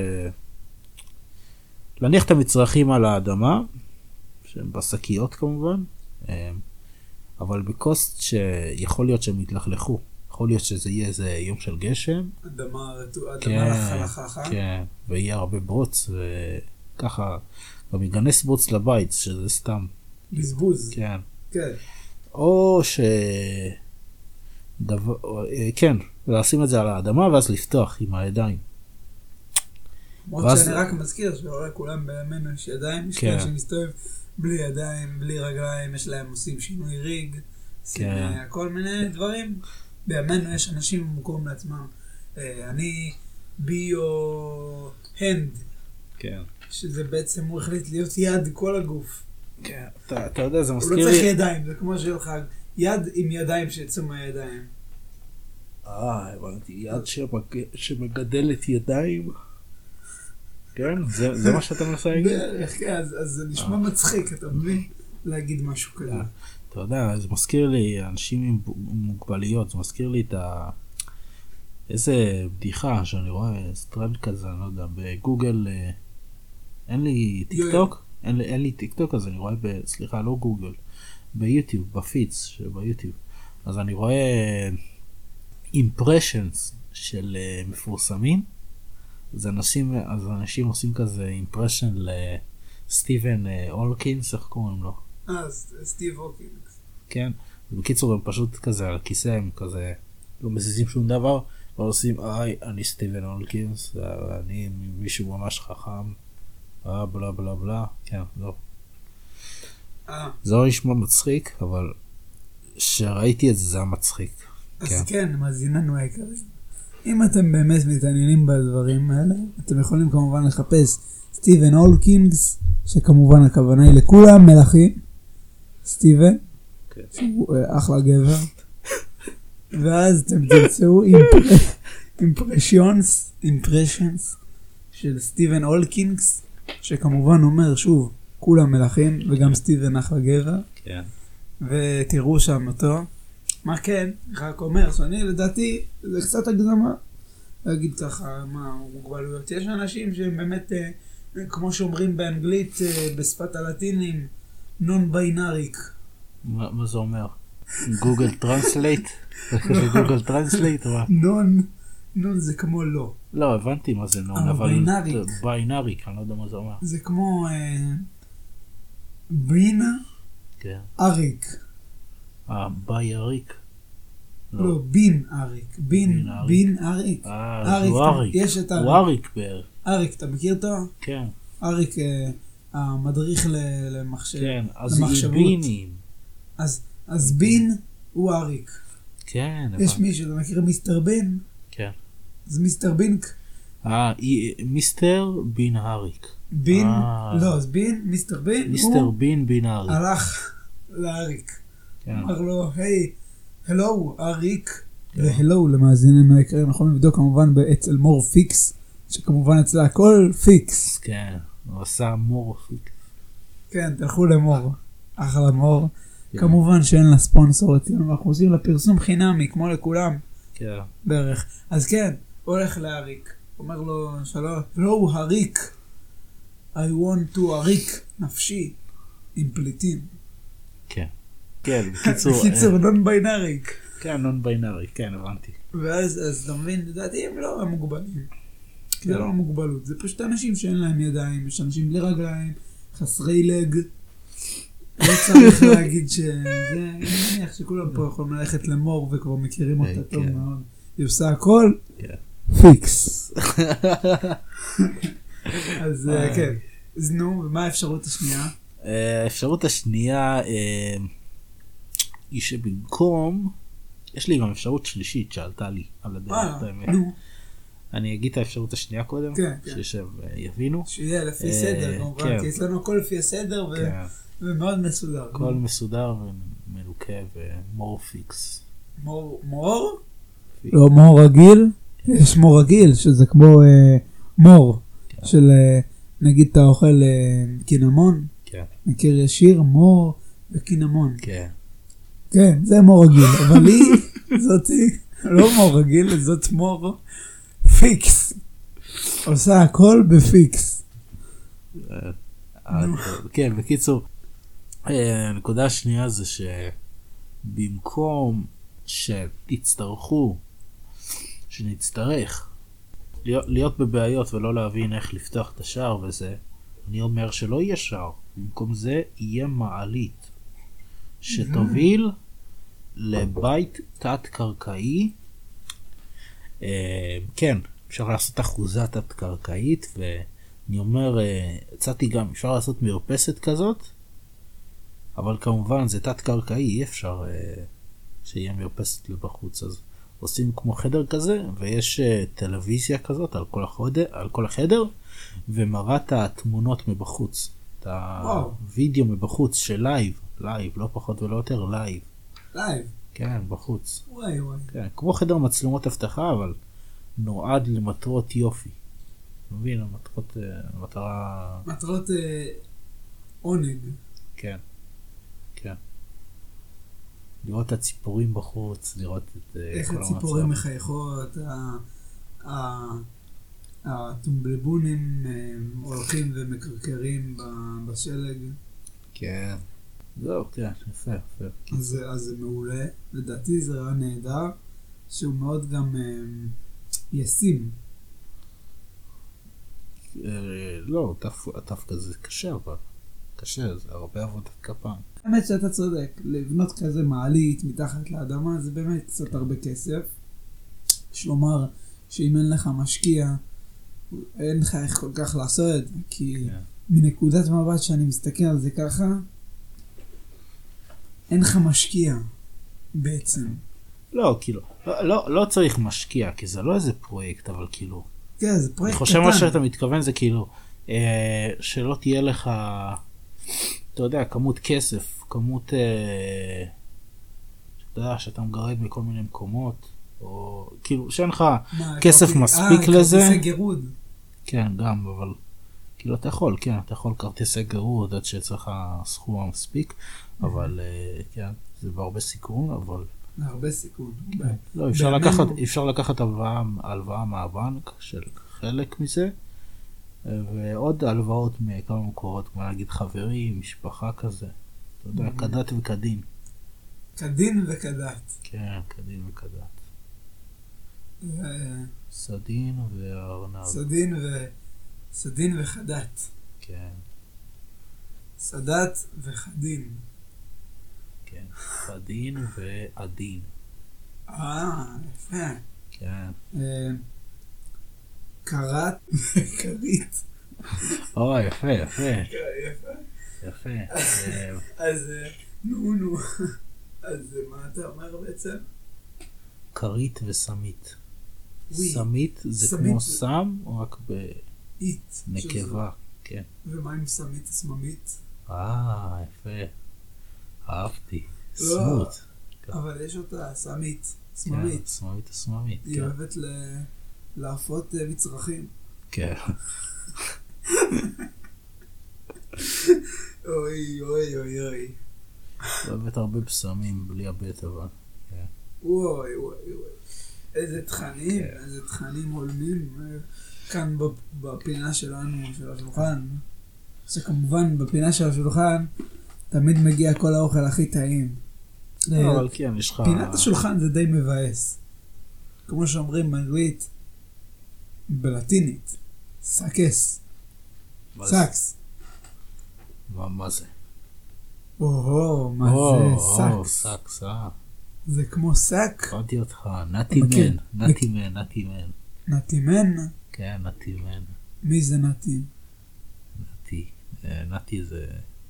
להניח את המצרכים על האדמה, שהם בשקיות כמובן, אבל בקוסט שיכול להיות שהם יתלכלכו. יכול להיות שזה יהיה איזה יום של גשם. אדמה לחלכה. כן, ויהיה הרבה ברוץ, וככה גם ייגנס ברוץ לבית, שזה סתם. בזבוז. כן. כן. או כן, לשים את זה על האדמה ואז לפתוח עם הידיים. למרות שאני רק מזכיר שאולי כולם בימינו יש ידיים, יש כאלה שמסתובב בלי ידיים, בלי רגליים, יש להם עושים שינוי ריג, עושים כל מיני דברים. בימינו יש אנשים במקום לעצמם. אני ביו-הנד, שזה בעצם הוא החליט להיות יד כל הגוף. כן, אתה יודע, זה מזכיר לי... הוא לא צריך ידיים, זה כמו שלך, יד עם ידיים שיצאו מהידיים. הבנתי, יד שמגדלת ידיים. כן, זה מה שאתה מנסה להגיד? כן, אז זה נשמע מצחיק, אתה מבין? להגיד משהו כזה. אתה יודע, זה מזכיר לי אנשים עם מוגבליות, זה מזכיר לי את איזה בדיחה שאני רואה, סטרנד כזה, אני לא יודע, בגוגל, אין לי טיקטוק? אין לי טיקטוק, אז אני רואה סליחה, לא גוגל, ביוטיוב, בפיץ שביוטיוב. אז אני רואה impressions של מפורסמים, אז אנשים עושים כזה impression לסטיבן הולקינס, איך קוראים לו? סטיב הולקינס. כן, בקיצור הם פשוט כזה על הכיסא, הם כזה לא מזיזים שום דבר, לא עושים, אני סטיבן הולקינס, אני מישהו ממש חכם. בלה בלה בלה, כן, לא. זה לא נשמע מצחיק, אבל שראיתי את זה, זה היה מצחיק. אז כן, מאזיננו היקרים. אם אתם באמת מתעניינים בדברים האלה, אתם יכולים כמובן לחפש סטיבן הולקינס, שכמובן הכוונה היא לכולם מלכים. סטיבן, שהוא אחלה גבר. ואז אתם תמצאו impressions של סטיבן הולקינס, שכמובן אומר שוב, כולם מלכים, וגם סטיבן אחלה גבר. כן. ותראו שם אותו. מה כן? רק אומר, שאני לדעתי, זה קצת הגזמה. להגיד ככה, מה, מוגבלויות. יש אנשים שהם באמת, כמו שאומרים באנגלית, בשפת הלטינים, נון-ביינריק. מה זה אומר? גוגל טרנסלייט? גוגל טרנסלייט? נון זה כמו לא. לא, הבנתי מה זה נון, אבל ביינריק, אני לא יודע מה זה אומר. זה כמו בינה אריק. בייריק? לא, בין אריק. בין אריק. הוא אריק. יש את אריק. הוא אריק בערך. אריק, אתה מכיר אותו? כן. אריק המדריך למחשב. כן, אז למחשבות. בינים. אז בין הוא אריק. כן, יש מישהו, אתה מכיר מיסטר בין? כן. אז מיסטר בינק. מיסטר בין האריק. בין, לא, אז בין, מיסטר בין, מיסטר בין האריק. הלך לאריק. כן. אמר לו, היי, הלו, אריק. והלו למאזיננו היקרים, יכולים לבדוק כמובן אצל מור פיקס, שכמובן אצלה הכל פיקס. כן, הוא עשה מור פיקס. כן, תלכו למור. אחלה מור. כמובן שאין לה ספונסור אצלנו, אנחנו עושים לה פרסום חינמי, כמו לכולם. כן. בערך. אז כן, הולך לאריק. אומר לו, שלום, לא, אריק. I want to אריק, נפשי, עם פליטים. כן. כן, בקיצור. בקיצור, נון ביינאריק. כן, נון ביינארי, כן, הבנתי. ואז אתה מבין, לדעתי הם לא מוגבלים. זה לא מוגבלות, זה פשוט אנשים שאין להם ידיים, יש אנשים בלי רגליים, חסרי לג. לא צריך להגיד שזה, אני מניח שכולם פה יכולים ללכת למור וכבר מכירים אותה טוב מאוד. היא עושה הכל פיקס. אז כן, אז נו, ומה האפשרות השנייה? האפשרות השנייה היא שבמקום, יש לי גם אפשרות שלישית שעלתה לי על הדרך. נו. אני אגיד את האפשרות השנייה קודם, שיבינו. שיהיה לפי סדר, כמובן, כי אצלנו הכל לפי הסדר ומאוד מסודר. הכל מסודר ומלוקה ומור פיקס. מור? לא, מור רגיל. יש מור רגיל, שזה כמו מור, של נגיד אתה אוכל קינמון. מכיר ישיר, מור וקינמון. כן. כן, זה מור רגיל, אבל היא, זאתי, לא מור רגיל, זאת מור פיקס. עושה הכל בפיקס. כן, בקיצור, הנקודה השנייה זה שבמקום שנצטרך להיות בבעיות ולא להבין איך לפתוח את השער וזה, אני אומר שלא יהיה שער, במקום זה יהיה מעלית שתוביל לבית תת-קרקעי. כן, אפשר לעשות אחוזה תת-קרקעית, ואני אומר, הצעתי גם, אפשר לעשות מרפסת כזאת, אבל כמובן זה תת-קרקעי, אי אפשר שיהיה מרפסת לבחוץ, אז עושים כמו חדר כזה, ויש טלוויזיה כזאת על כל החדר, ומראה את התמונות מבחוץ, את הווידאו מבחוץ של לייב, לא פחות ולא יותר, לייב. כן, בחוץ. וואי. כן, כמו חדר מצלמות אבטחה, אבל נועד למטרות יופי. מבין, מטרות עונג. כן. לראות את הציפורים בחוץ, לראות את איך הציפורים מחייכות, הטומבלבונים הולכים ומקרקרים בשלג. כן. זהו, כן, יפה. אז זה מעולה. לדעתי זה רעיון נהדר, שהוא מאוד גם ישים. לא, דווקא זה קשה, אבל קשה, זה הרבה עבודת כפיים. האמת שאתה צודק, לבנות כזה מעלית מתחת לאדמה זה באמת קצת הרבה כסף. יש לומר שאם אין לך משקיע, אין לך איך כל כך לעשות את זה, כי מנקודת מבט שאני מסתכל על זה ככה, אין לך משקיע בעצם. לא, כאילו, לא צריך משקיע, כי זה לא איזה פרויקט, אבל כאילו, כן, זה פרויקט קטן. אני חושב מה שאתה מתכוון זה כאילו, שלא תהיה לך, אתה יודע, כמות כסף, כמות, אתה יודע, שאתה מגרד מכל מיני מקומות, או כאילו, שאין לך כסף מספיק לזה. כרטיסי גירוד. כן, גם, אבל, כאילו, אתה יכול כרטיסי גירוד, עד שצריך סכום מספיק, אבל, כן, זה בהרבה סיכון, אבל... הרבה סיכון. לא, אפשר לקחת הלוואה מהבנק של חלק מזה, ועוד הלוואות מכמה מקורות, כמו להגיד חברים, משפחה כזה. אתה יודע, כדת וכדין. כדין וכדת. כן, כדין וכדת. סדין וארנב. סדין וחדת. כן. סדת וחדין. כן, חדין ועדין. יפה. כן. קרת וכרית. או, יפה, יפה. יפה. יפה. אז נו. אז מה אתה אומר בעצם? כרית וסמית. וואי, סמית זה סמית כמו זה- סם, או רק אית. בנקבה. כן. ומה עם סמית סממית? יפה. אהבתי. לא. סמוט. אבל יש אותה סמית. כן, סממית. סממית הסממית. היא כן. אוהבת להפות מצרכים. כן. אוי. אוהבת הרבה בשמים, בלי הבט אבל. וואי. איזה תכנים, כן. איזה תכנים הולמים כאן בפינה שלנו, של השולחן. שכמובן בפינה של השולחן תמיד מגיע כל האוכל הכי טעים. אבל כן, יש לך... פינת השולחן זה די מבאס. כמו שאומרים באנגלית, בלטינית, סאקס, מה זה? סאקס. מה זה? מה זה סאקס? סאקס, זה כמו סאק? קראתי אותך, נתי מכיר. מן. נתימן? כן, נתי מן. מי זה נתי? נתי זה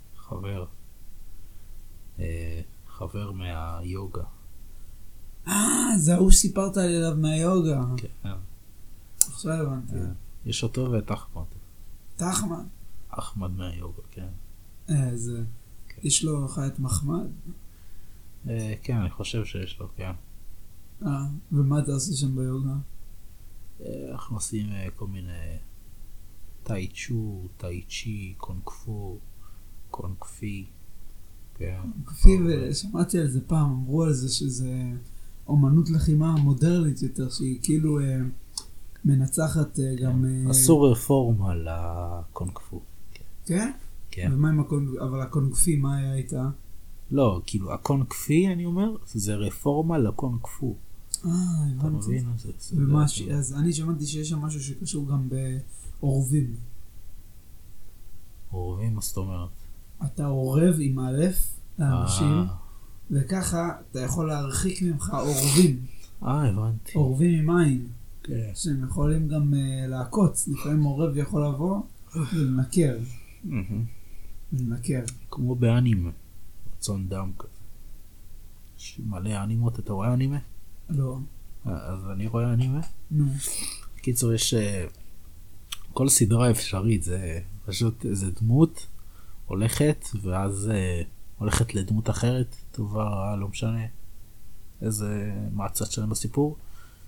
חבר מהיוגה. זה ההוא שסיפרת לי עליו מהיוגה. כן. עכשיו הבנתי. יש אותו ואת אחמד. תחמד. אחמד מהיוגה, כן. זה. יש לו חיית מחמד. כן, אני חושב שיש לו, כן. ומה אתה עושה שם ביוגה? אנחנו עושים כל מיני טאי צ'ו, טאי צ'י, קונקפו, קונקפי. כן. קונקפי, ושמעתי על זה פעם, אמרו על זה שזה אומנות לחימה מודרנית יותר, שהיא כאילו מנצחת גם... עשו רפורמה לקונקפו. כן? כן. ומה עם הקונקפי? אבל הקונקפי, מה היה איתה? לא, כאילו הקונקפי, אני אומר, זה רפורמה לקונקפו. אתה הבנתי. מבין? אז אני שמעתי שיש שם משהו שקשור גם בעורבים. עורבים, מה זאת אומרת? אתה עורב עם א' לאנשים, וככה אתה יכול להרחיק ממך עורבים. הבנתי. עורבים עם עין, כן. שהם יכולים גם לעקוץ. לפעמים עורב יכול לבוא ולנקר. כמו באנימה, רצון דם כזה. יש מלא אנימות, אתה רואה אנימה? לא. אז אני רואה אנימה. נו. בקיצור, יש כל סדרה אפשרית, זה פשוט איזה דמות הולכת, ואז הולכת לדמות אחרת, טובה, רעה, לא משנה איזה מהצד שלנו בסיפור,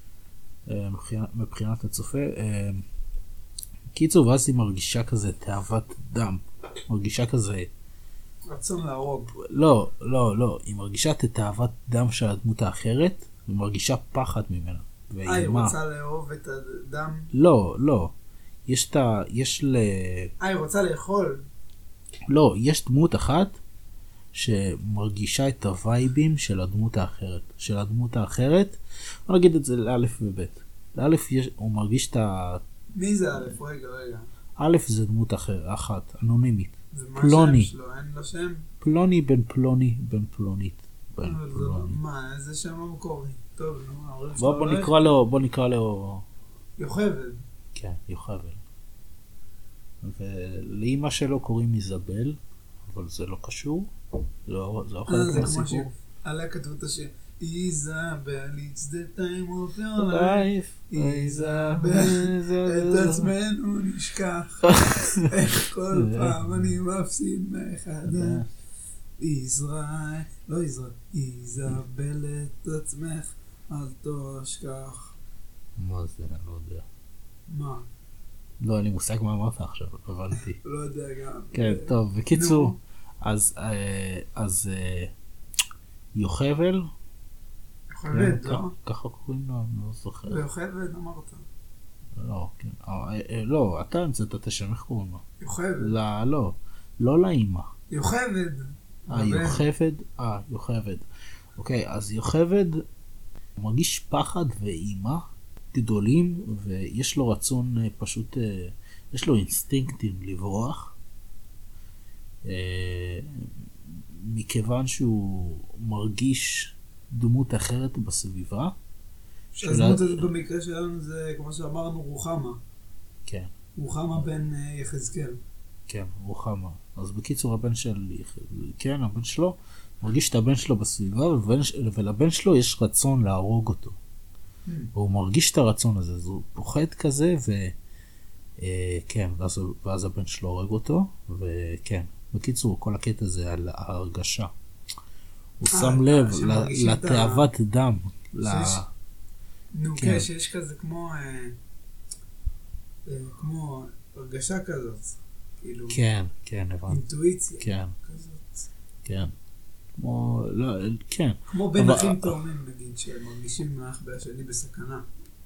מבחינת הצופה. קיצור, ואז היא מרגישה כזה תאוות דם, מרגישה כזה... רצון להרוג. לא, היא מרגישה את תאוות דם של הדמות האחרת, ומרגישה פחד ממנה. היא רוצה לאהוב את הדם? לא. היא רוצה לאכול? לא, יש דמות אחת שמרגישה את הווייבים של הדמות האחרת. בוא נגיד את זה לאלף ובית. לאלף הוא מרגיש את מי זה אלף? רגע. אלף זה דמות אחת, אנונימית. פלוני. השם שלו? אין לו שם? פלוני בן פלוני בן פלונית. מה, איזה שם המקורי? טוב, בוא נקרא לו... יוכבד. כן, יוכבד. ולאמא שלו קוראים איזבל, אבל זה לא קשור. זה לא חלק מהסיפור. עליה כתבו את השיר. איזבל, it's the time of your life. איזבל, את עצמנו נשכח. איך כל פעם אני מפסיד מחדש. ישראל, לא ישראל, איזבל את עצמך, אל תשכח. מה זה? אני לא יודע. מה? לא, אין לי מושג מה אמרת עכשיו, הבנתי. לא יודע גם. כן, טוב, בקיצור, אז יוכבד, לא? ככה קוראים לו, אני לא זוכר. יוכבד אמרת. לא, אתה המצאת את השם, איך קוראים לו? יוכבד. לא לאמא. יוכבד. יוכבד. אוקיי, אז יוכבד מרגיש פחד ואימה גדולים, ויש לו רצון פשוט, יש לו אינסטינקטים לברוח, מכיוון שהוא מרגיש דמות אחרת בסביבה. שהדמות הזאת במקרה שלנו זה, כמו שאמרנו, רוחמה. כן. רוחמה בן יחזקאל. כן, רוחמה. אז בקיצור הבן כן, הבן שלו מרגיש את הבן שלו בסביבה, ולבן שלו יש רצון להרוג אותו. והוא מרגיש את הרצון הזה, אז הוא פוחד כזה, כן, ואז הבן שלו הורג אותו, וכן, בקיצור, כל הקטע זה על ההרגשה. הוא שם לב לתאוות דם. נו, כן, שיש כזה כמו הרגשה כזאת, כאילו... כן, כן, הבנתי. אינטואיציה. כן. כזאת. כן. כמו, לא, כן. כמו בין אחים תאומים, נגיד, שמרגישים מאח והשני בסכנה.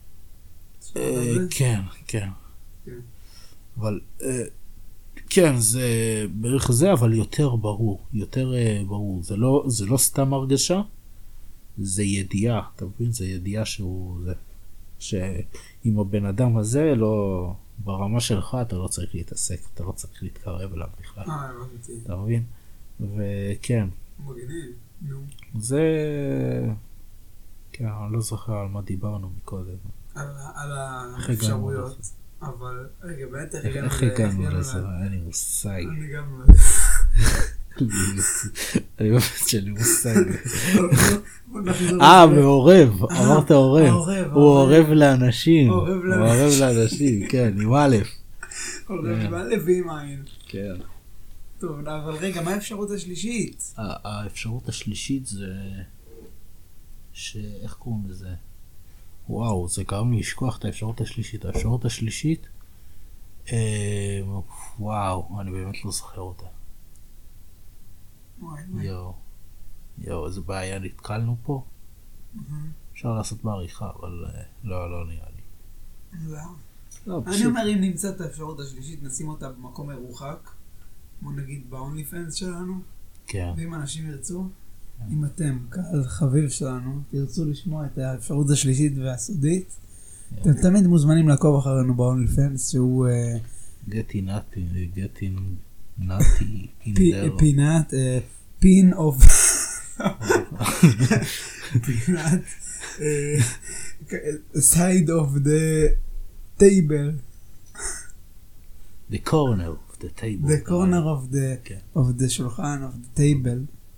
כן, כן. אבל, כן, זה בערך זה, אבל יותר ברור. יותר ברור. זה לא סתם הרגשה, זה ידיעה. אתה מבין? זה ידיעה שהוא זה. שעם הבן אדם הזה, לא... ברמה שלך אתה לא צריך להתעסק, אתה לא צריך להתקרב אליו בכלל. הבנתי. אתה מבין? וכן. מגניב, נו. זה... כן, אני לא זוכר על מה דיברנו מקודם. על האפשרויות. אבל, רגע, באמת איך הגענו לזה? אין לי מושג. אני גם לא... אני באמת שאין לי מושג. מעורב, אמרת עורב. הוא עורב לאנשים. הוא עורב לאנשים, כן, עם א'. עורב עם א' ועם עין. כן. טוב, אבל רגע, מה האפשרות השלישית? האפשרות השלישית זה... איך קוראים לזה? וואו, זה גרם לי לשכוח את האפשרות השלישית. האפשרות השלישית... וואו, אני באמת לא זוכר אותה. יואו, איזה בעיה, נתקלנו פה. אפשר לעשות בעריכה, אבל לא נראה לי. לא. אני אומר, אם נמצא את האפשרות השלישית, נשים אותה במקום מרוחק, כמו נגיד ב-only fans שלנו. כן. ואם אנשים ירצו, אם אתם, קהל חביב שלנו, תרצו לשמוע את האפשרות השלישית והסודית, אתם תמיד מוזמנים לעקוב אחרינו ב-only fans, שהוא... getting פינת, pin of... פינת, side of the table. The corner of the table. The corner of the שולחן, of the table.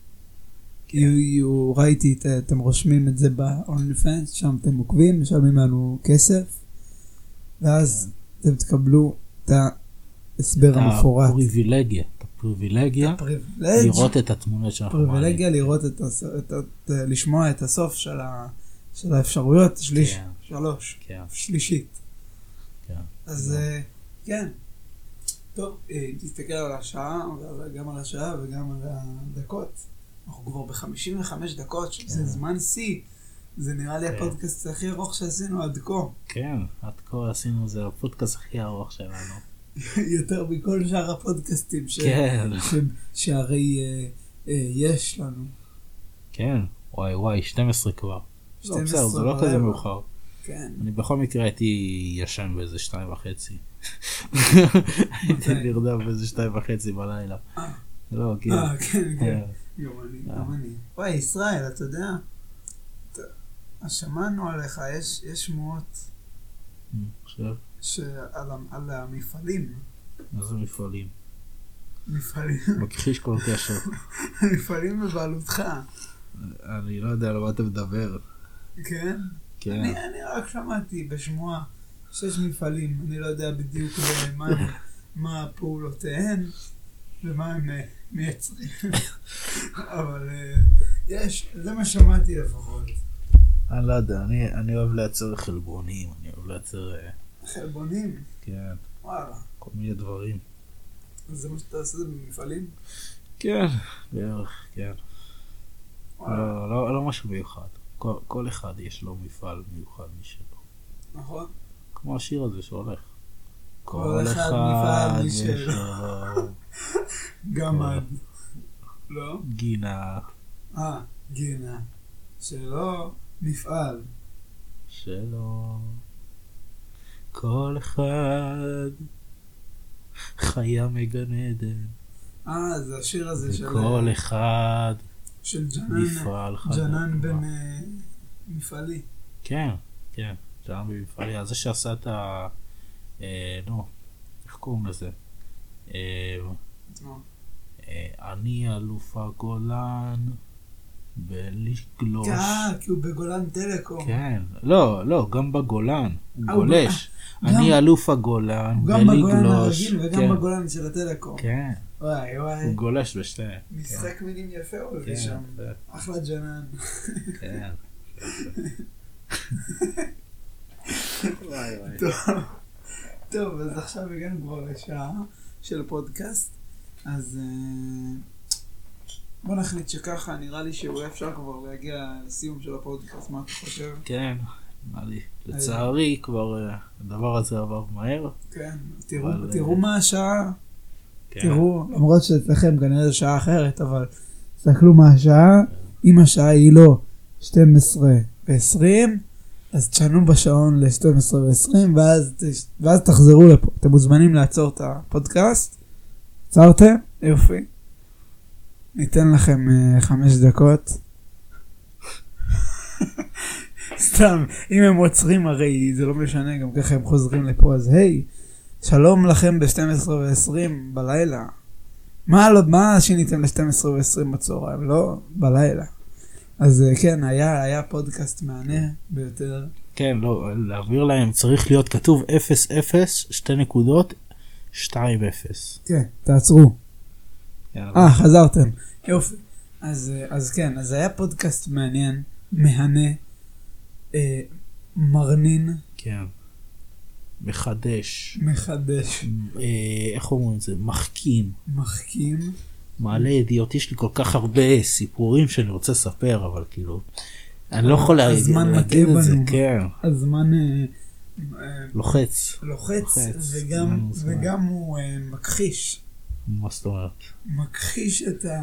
ראיתי, אתם רושמים את זה ב-OnlyFans, שם אתם עוקבים, משלמים לנו כסף, ואז אתם תקבלו את ההסבר המפורט. הפריבילגיה לראות את התמונות שאנחנו מעלים. פריבילגיה לראות לשמוע את הסוף של האפשרויות, שלישית. אז כן. טוב, תסתכל על השעה, גם על השעה וגם על הדקות. אנחנו כבר ב-55 דקות, שזה זמן שיא. זה נראה לי הפודקאסט הכי ארוך שעשינו עד כה. כן, עד כה עשינו, זה הפודקאסט הכי ארוך שלנו. יותר מכל שאר הפודקאסטים שהרי יש לנו. כן, וואי, 12 כבר. 12, זה לא כזה מאוחר. כן. אני בכל מקרה הייתי ישן באיזה 2:30. הייתי נרדם באיזה 2:30 בלילה. לא, כן. גם אני. וואי, ישראל, אתה יודע, שמענו עליך, יש שמועות על המפעלים. מה זה מפעלים? מפעלים. מכחיש כל קשר. מפעלים בבעלותך. אני לא יודע על מה אתה מדבר. כן? כן. אני רק שמעתי בשמועה 6 מפעלים, אני לא יודע בדיוק מה פעולותיהן ומה הם מייצרים. אבל זה מה שמעתי לפחות. אני לא יודע, אני אוהב לייצר חלבונים, אני אוהב לייצר... חלבונים? כן. וואלה. כל מיני דברים. אז זה מה שאתה עושה במפעלים? כן, בערך, כן. לא משהו מיוחד. כל אחד יש לו מפעל מיוחד משלו. נכון. כמו השיר הזה שהולך. כל אחד מפעל משלו. גמד. לא? גינה. גינה. שלו מפעל. שלו. כל אחד חיה מגן עדן. זה השיר הזה של... כל אחד של מפעל חדש. ג'נן בן מפעלי. כן, ג'נן בן מפעלי. זה שעשה את קוראים לזה? אני אלוף הגולן בלגלוש. כי הוא בגולן טלקום. כן, לא, גם בגולן, הוא גולש. אני אלוף הגולן בלגלוש. גם בגולן הרגיל וגם בגולן של הטלקום. כן. וואי. הוא גולש בשתיהם. משחק מילים יפה הוא הביא שם. אחלה ג'נן. כן. וואי. טוב, אז עכשיו הגענו כבר לשעה של פודקאסט, אז בוא נחליט שככה, נראה לי שאולי אפשר כבר להגיע לסיום של הפודקאסט, מה אתה חושב? כן, נראה לי. לצערי כבר הדבר הזה עבר מהר. כן, תראו מה השעה, כן. תראו, למרות שאצלכם כנראה זו שעה אחרת, אבל תסתכלו מה השעה, אם השעה היא לא 12:20, אז תשנו בשעון ל-12:20 ואז תחזרו לפה. אתם מוזמנים לעצור את הפודקאסט. עצרתם? יופי. ניתן לכם 5 דקות. סתם, אם הם עוצרים הרי זה לא משנה, גם ככה הם חוזרים לפה, אז היי, שלום לכם ב-12:20 בלילה. מה שיניתם ל-12:20 בצהריים? לא, בלילה. אז כן, היה פודקאסט מענה ביותר. כן, לא, להעביר להם צריך להיות כתוב 00, 2 נקודות, 2-0. כן, תעצרו. חזרתם. יופי. אז כן, אז היה פודקאסט מעניין, מהנה, מרנין. כן. מחדש. איך אומרים את זה? מחכים. מעלה ידיעות, יש לי כל כך הרבה סיפורים שאני רוצה לספר, אבל כאילו, אני לא יכול להגיד את זה, כן. הזמן לוחץ, וגם הוא מכחיש. מה זאת אומרת? מכחיש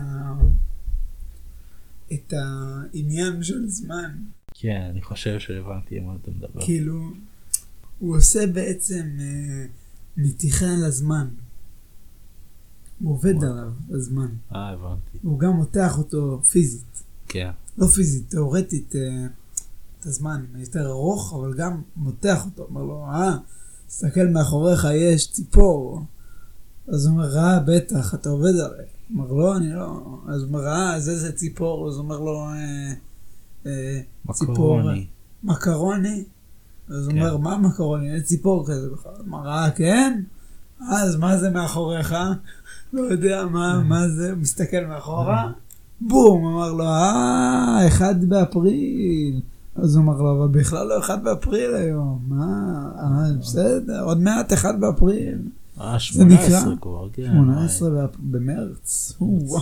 את העניין של זמן. כן, אני חושב שהבנתי מה אתה מדבר. כאילו, הוא עושה בעצם מתיחה על הזמן. הוא עובד עליו, הזמן. הבנתי. הוא גם מותח אותו פיזית. כן. לא פיזית, תיאורטית, את הזמן יותר ארוך, אבל גם מותח אותו. אומר לו, תסתכל מאחוריך, יש ציפור. אז הוא אומר, בטח, אתה עובד עליי. אומר לו, אני לא. אז הוא אומר, זה ציפור. אז הוא אומר לו, ציפור. מקרוני. אז הוא אומר, מה מקרוני? אין ציפור כזה בכלל. אמר, כן? אז מה זה מאחוריך? לא יודע מה זה, מסתכל מאחורה, בום, אמר לו, 1 באפריל. אז הוא אמר לו, אבל בכלל לא 1 באפריל היום, בסדר, עוד מעט 1 באפריל. 18 כבר, כן. 18 במרץ.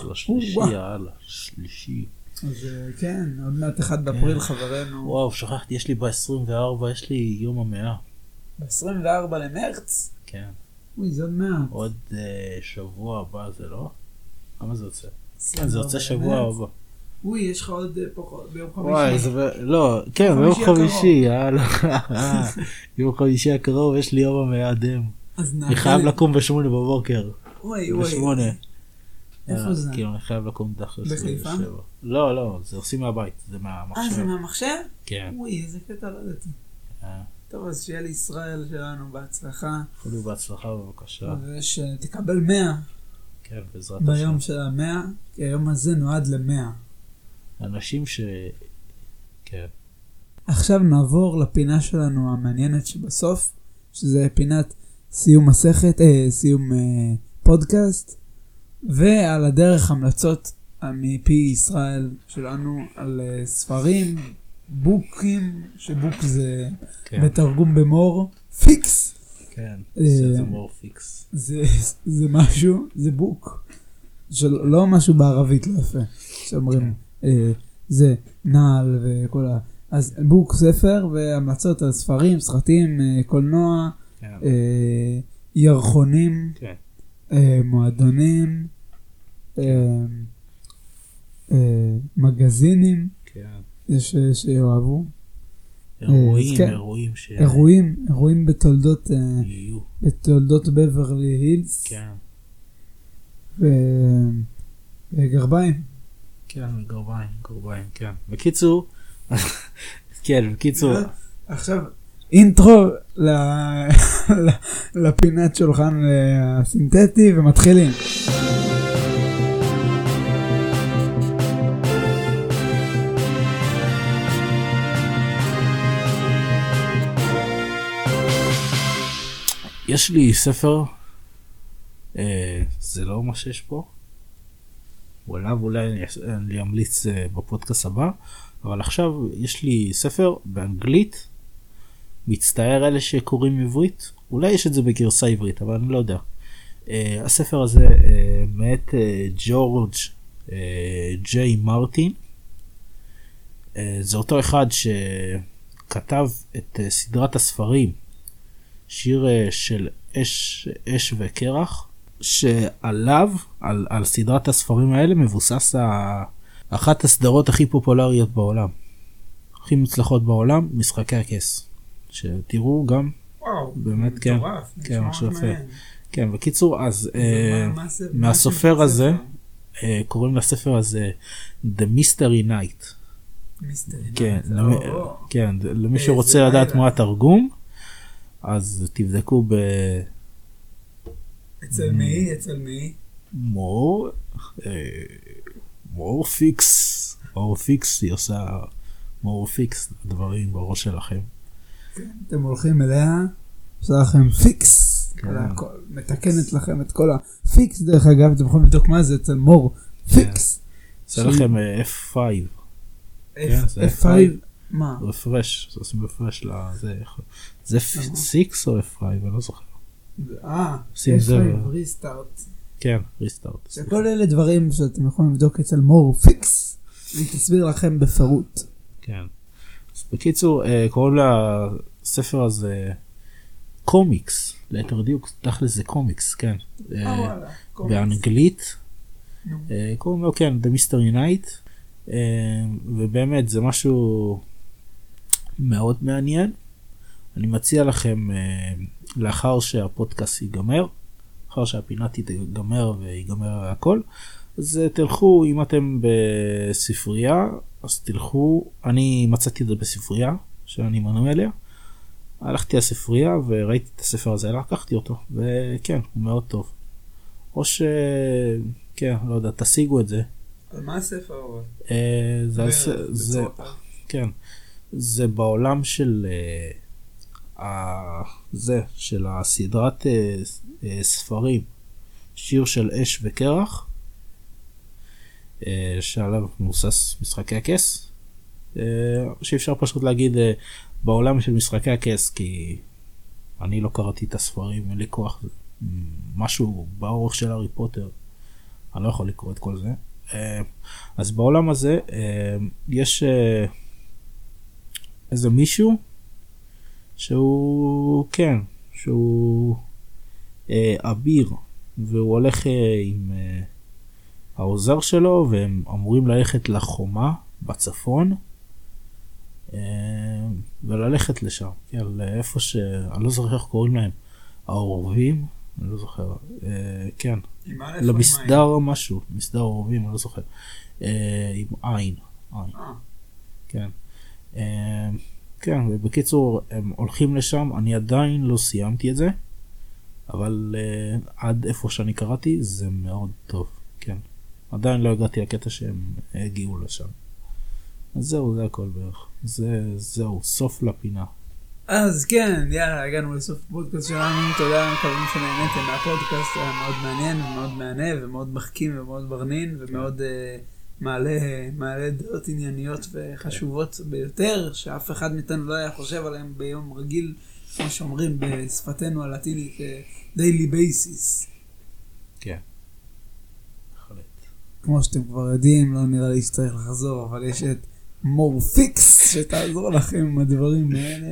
שלישי. אז כן, עוד מעט 1 באפריל חברנו. וואו, שכחתי, יש לי ב-24, יש לי יום ה100. ב-24 למרץ? כן. זה עוד מעט. עוד שבוע הבא זה לא? כמה זה יוצא? כן, זה יוצא שבוע הבא. יש לך עוד ביום חמישי. וואי, לא, כן, ביום חמישי, יום חמישי הקרוב יש לי יום המאדם. אני חייב לקום ב8 בבוקר. ב8. איפה זה? כאילו, אני חייב לקום דחר. בחיפה? לא, זה עושים מהבית, זה מהמחשב. זה מהמחשב? כן. איזה קטע, לא ידעתי. טוב, אז שיהיה לישראל שלנו בהצלחה. חולו בהצלחה בבקשה. ושתקבל 100. כן, בעזרת השם. ביום של 100, כי היום הזה נועד 100. אנשים כן. עכשיו נעבור לפינה שלנו המעניינת שבסוף, שזה פינת סיום מסכת, סיום פודקאסט, ועל הדרך המלצות מפי ישראל שלנו על ספרים, בוקים, שבוק זה בתרגום במור, פיקס. כן, זה מור פיקס. זה משהו, זה בוק. לא משהו בערבית לא יפה. שאומרים, זה נעל וכל אז בוק ספר והמלצות על ספרים, סרטים, קולנוע, ירחונים, מועדונים, מגזינים, שיאהבו. אירועים בתולדות בברלי הילס. כן. וגרביים. כן, גרביים, כן. בקיצור, כן, בקיצור. עכשיו, אינטרו לפינת שולחן הסינתטי ומתחילים. יש לי ספר, זה לא מה שיש פה, עליו אולי אני אמליץ בפודקאסט הבא, אבל עכשיו יש לי ספר באנגלית, מצטער אלה שקוראים עברית, אולי יש את זה בגרסה עברית, אבל אני לא יודע. הספר הזה מאת ג'ורג' ג'יי מרטין, זה אותו אחד שכתב את סדרת הספרים, שיר של אש וקרח, שעליו, על סדרת הספרים האלה, מבוסס אחת הסדרות הכי פופולריות בעולם. הכי מצלחות בעולם, משחקי הכס. שתראו גם, וואו, באמת כן, מטורף, כן, נשמע משהו יפה. מעניין. כן, בקיצור, אז מהסופר מהסופר הזה, קוראים לספר הזה The Mystery Night. כן, כן, למי שרוצה לדעת מה התרגום, אז תבדקו אצל מי? אצל מי? more fix, היא עושה more fix דברים בראש שלכם. אתם הולכים אליה, עושה לכם פיקס, מתקנת לכם את כל הפיקס. דרך אגב, אתם יכולים לבדוק מה זה אצל מור פיקס. עושה לכם F5. F5? מה? רפרש, זה עושים רפרש לזה. זה 6 או F5, אני לא זוכר. F5, ריסטארט. כן, ריסטארט. כל אלה דברים שאתם יכולים לבדוק אצל מור פיקס, והיא תסביר לכם בפירוט. כן. אז בקיצור, קוראים לספר הזה קומיקס, ליתר דיוק, תכל'ס זה קומיקס, כן. באנגלית. קוראים לו, כן, The Mystery Night. ובאמת זה משהו מאוד מעניין. אני מציע לכם, לאחר שהפודקאסט ייגמר, אחר שהפינה תיגמר ויגמר הכל, אז תלכו, אם אתם בספרייה, אז תלכו, אני מצאתי את זה בספרייה, שאני מנוי אליה, הלכתי לספרייה וראיתי את הספר הזה, לקחתי אותו, וכן, הוא מאוד טוב. או כן, לא יודע, תשיגו את זה. על מה הספר? כן, זה בעולם של של הסדרת ספרים, שיר של אש וקרח, שעליו מבוסס משחקי הכס, שאפשר פשוט להגיד בעולם של משחקי הכס, כי אני לא קראתי את הספרים, אין לי כוח, משהו באורך של הארי פוטר, אני לא יכול לקרוא את כל זה. אז בעולם הזה יש איזה מישהו שהוא, כן, שהוא אביר, והוא הולך עם העוזר שלו, והם אמורים ללכת לחומה בצפון, וללכת לשם, כן, לאיפה אני לא זוכר איך קוראים להם, העורבים, אני לא זוכר, כן, למסדר משהו, מסדר העורבים, אני לא זוכר, עם עין, כן, כן, ובקיצור הם הולכים לשם, אני עדיין לא סיימתי את זה, אבל עד איפה שאני קראתי זה מאוד טוב, כן, עדיין לא הגעתי לקטע שהם הגיעו לשם. אז זהו, זה הכל בערך, זהו, סוף לפינה. אז כן, יאללה, הגענו לסוף הפודקאסט שלנו, תודה, מקווים שנהנתם מהפודקאסט, היה מאוד מעניין ומאוד מענה ומאוד מחכים ומאוד ברנין ומאוד מעלה דעות ענייניות וחשובות ביותר, שאף אחד מאיתנו לא היה חושב עליהם ביום רגיל, כמו שאומרים בשפתנו הלטינית, daily basis. כן, בהחלט. כמו שאתם כבר יודעים, לא נראה לי שצריך לחזור, אבל יש את more fix שתעזור לכם עם הדברים האלה.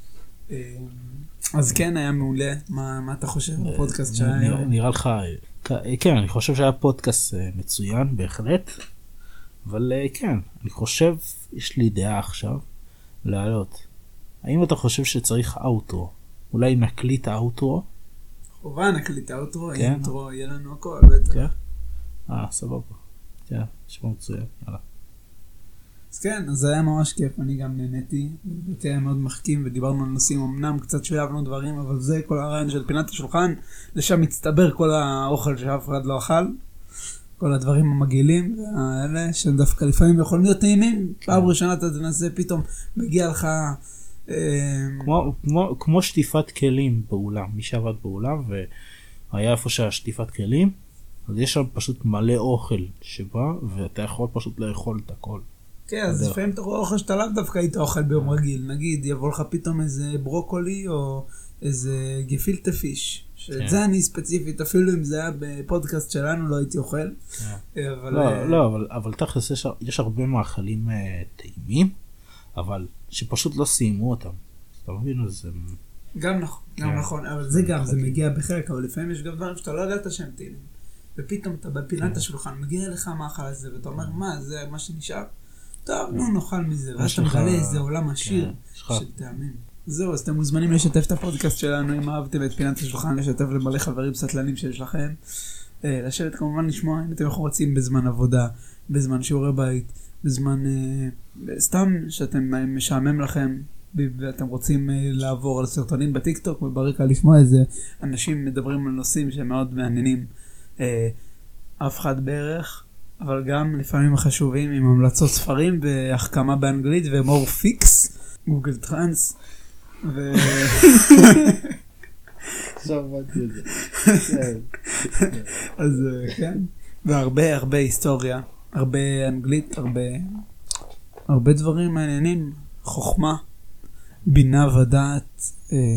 אז כן, היה מעולה. מה אתה חושב בפודקאסט שהיה? נראה לך, כן, אני חושב שהיה פודקאסט מצוין בהחלט, אבל כן, אני חושב, יש לי דעה עכשיו לעלות. האם אתה חושב שצריך אוטרו? אולי נקליט האוטרו? חובה נקליט האוטרו, האוטרו יהיה לנו הכל בטח. סבבה. כן, נשמע מצוין, יאללה. אז כן, אז זה היה ממש כיף, אני גם נהניתי, זה היה מאוד מחכים ודיברנו על נושאים, אמנם קצת שואבנו דברים, אבל זה כל הרעיון של פינת השולחן, לשם מצטבר כל האוכל שאף אחד לא אכל, כל הדברים המגעילים, האלה שדווקא לפעמים יכולים להיות טעימים, פעם ראשונה אתה תנסה, פתאום מגיע לך... כמו שטיפת כלים באולם, מי שעבד באולם והיה איפה שהשטיפת כלים, אז יש שם פשוט מלא אוכל שבא, ואתה יכול פשוט לאכול את הכל. כן, אז לפעמים אתה רואה אוכל שאתה לאו דווקא היית אוכל ביום רגיל, נגיד יבוא לך פתאום איזה ברוקולי או איזה גפילטה פיש, שאת זה אני ספציפית, אפילו אם זה היה בפודקאסט שלנו לא הייתי אוכל. אבל תכלס יש הרבה מאכלים טעימים, אבל שפשוט לא סיימו אותם. אתה מבין? אז... גם נכון, גם נכון, אבל זה גם, זה מגיע בחלק, אבל לפעמים יש גם דברים שאתה לא יודעת שהם טעימים. ופתאום אתה בפינת השולחן, מגיע לך המאכל הזה, ואתה אומר, מה, זה מה שנשאר? טוב, נו, נאכל מזה, ואז אתה מגלה איזה עולם עשיר של טעמים. זהו, אז אתם מוזמנים לשתף את הפודקאסט שלנו, אם אהבתם את פינת השולחן, לשתף למלא חברים סטלנים שיש לכם. לשבת כמובן לשמוע, אם אתם רוצים בזמן עבודה, בזמן שיעורי בית, בזמן סתם שאתם משעמם לכם, ואתם רוצים לעבור על סרטונים בטיקטוק, וברקע לשמוע איזה אנשים מדברים על נושאים שהם מאוד מעניינים, אף אחד בערך, אבל גם לפעמים חשובים עם המלצות ספרים והחכמה באנגלית ומור פיקס, גוגל טרנס, אז כן, והרבה הרבה היסטוריה, הרבה אנגלית, הרבה דברים מעניינים, חוכמה, בינה ודעת,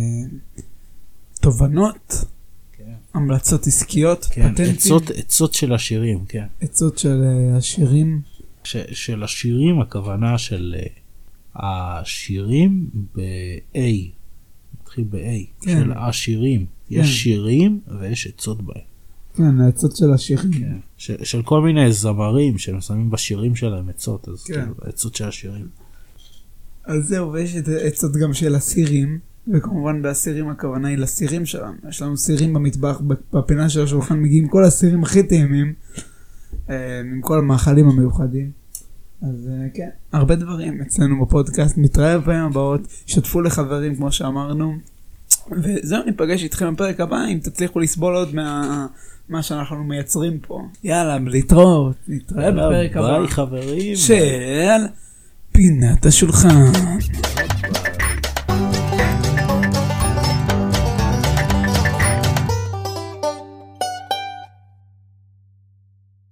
תובנות, המלצות עסקיות, פטנטים. עצות של השירים, כן. עצות של השירים. של השירים, הכוונה של השירים ב-A. מתחיל ב-A. של השירים. יש שירים ויש עצות בהם. כן, העצות של השירים. של כל מיני זמרים ששמים בשירים שלהם עצות. אז עצות של השירים. אז זהו, ויש את עצות גם של הסירים. וכמובן באסירים הכוונה היא לסירים שלנו. יש לנו סירים במטבח, בפינה של השולחן מגיעים כל הסירים הכי טעימים, עם כל המאכלים המיוחדים. אז כן, הרבה דברים אצלנו בפודקאסט, נתראה בפעמים הבאות, שתפו לחברים כמו שאמרנו, וזהו, ניפגש איתכם בפרק הבא, אם תצליחו לסבול עוד מה שאנחנו מייצרים פה. יאללה, להתראות, נתראה בפרק הבא. ביי חברים. של פינת השולחן.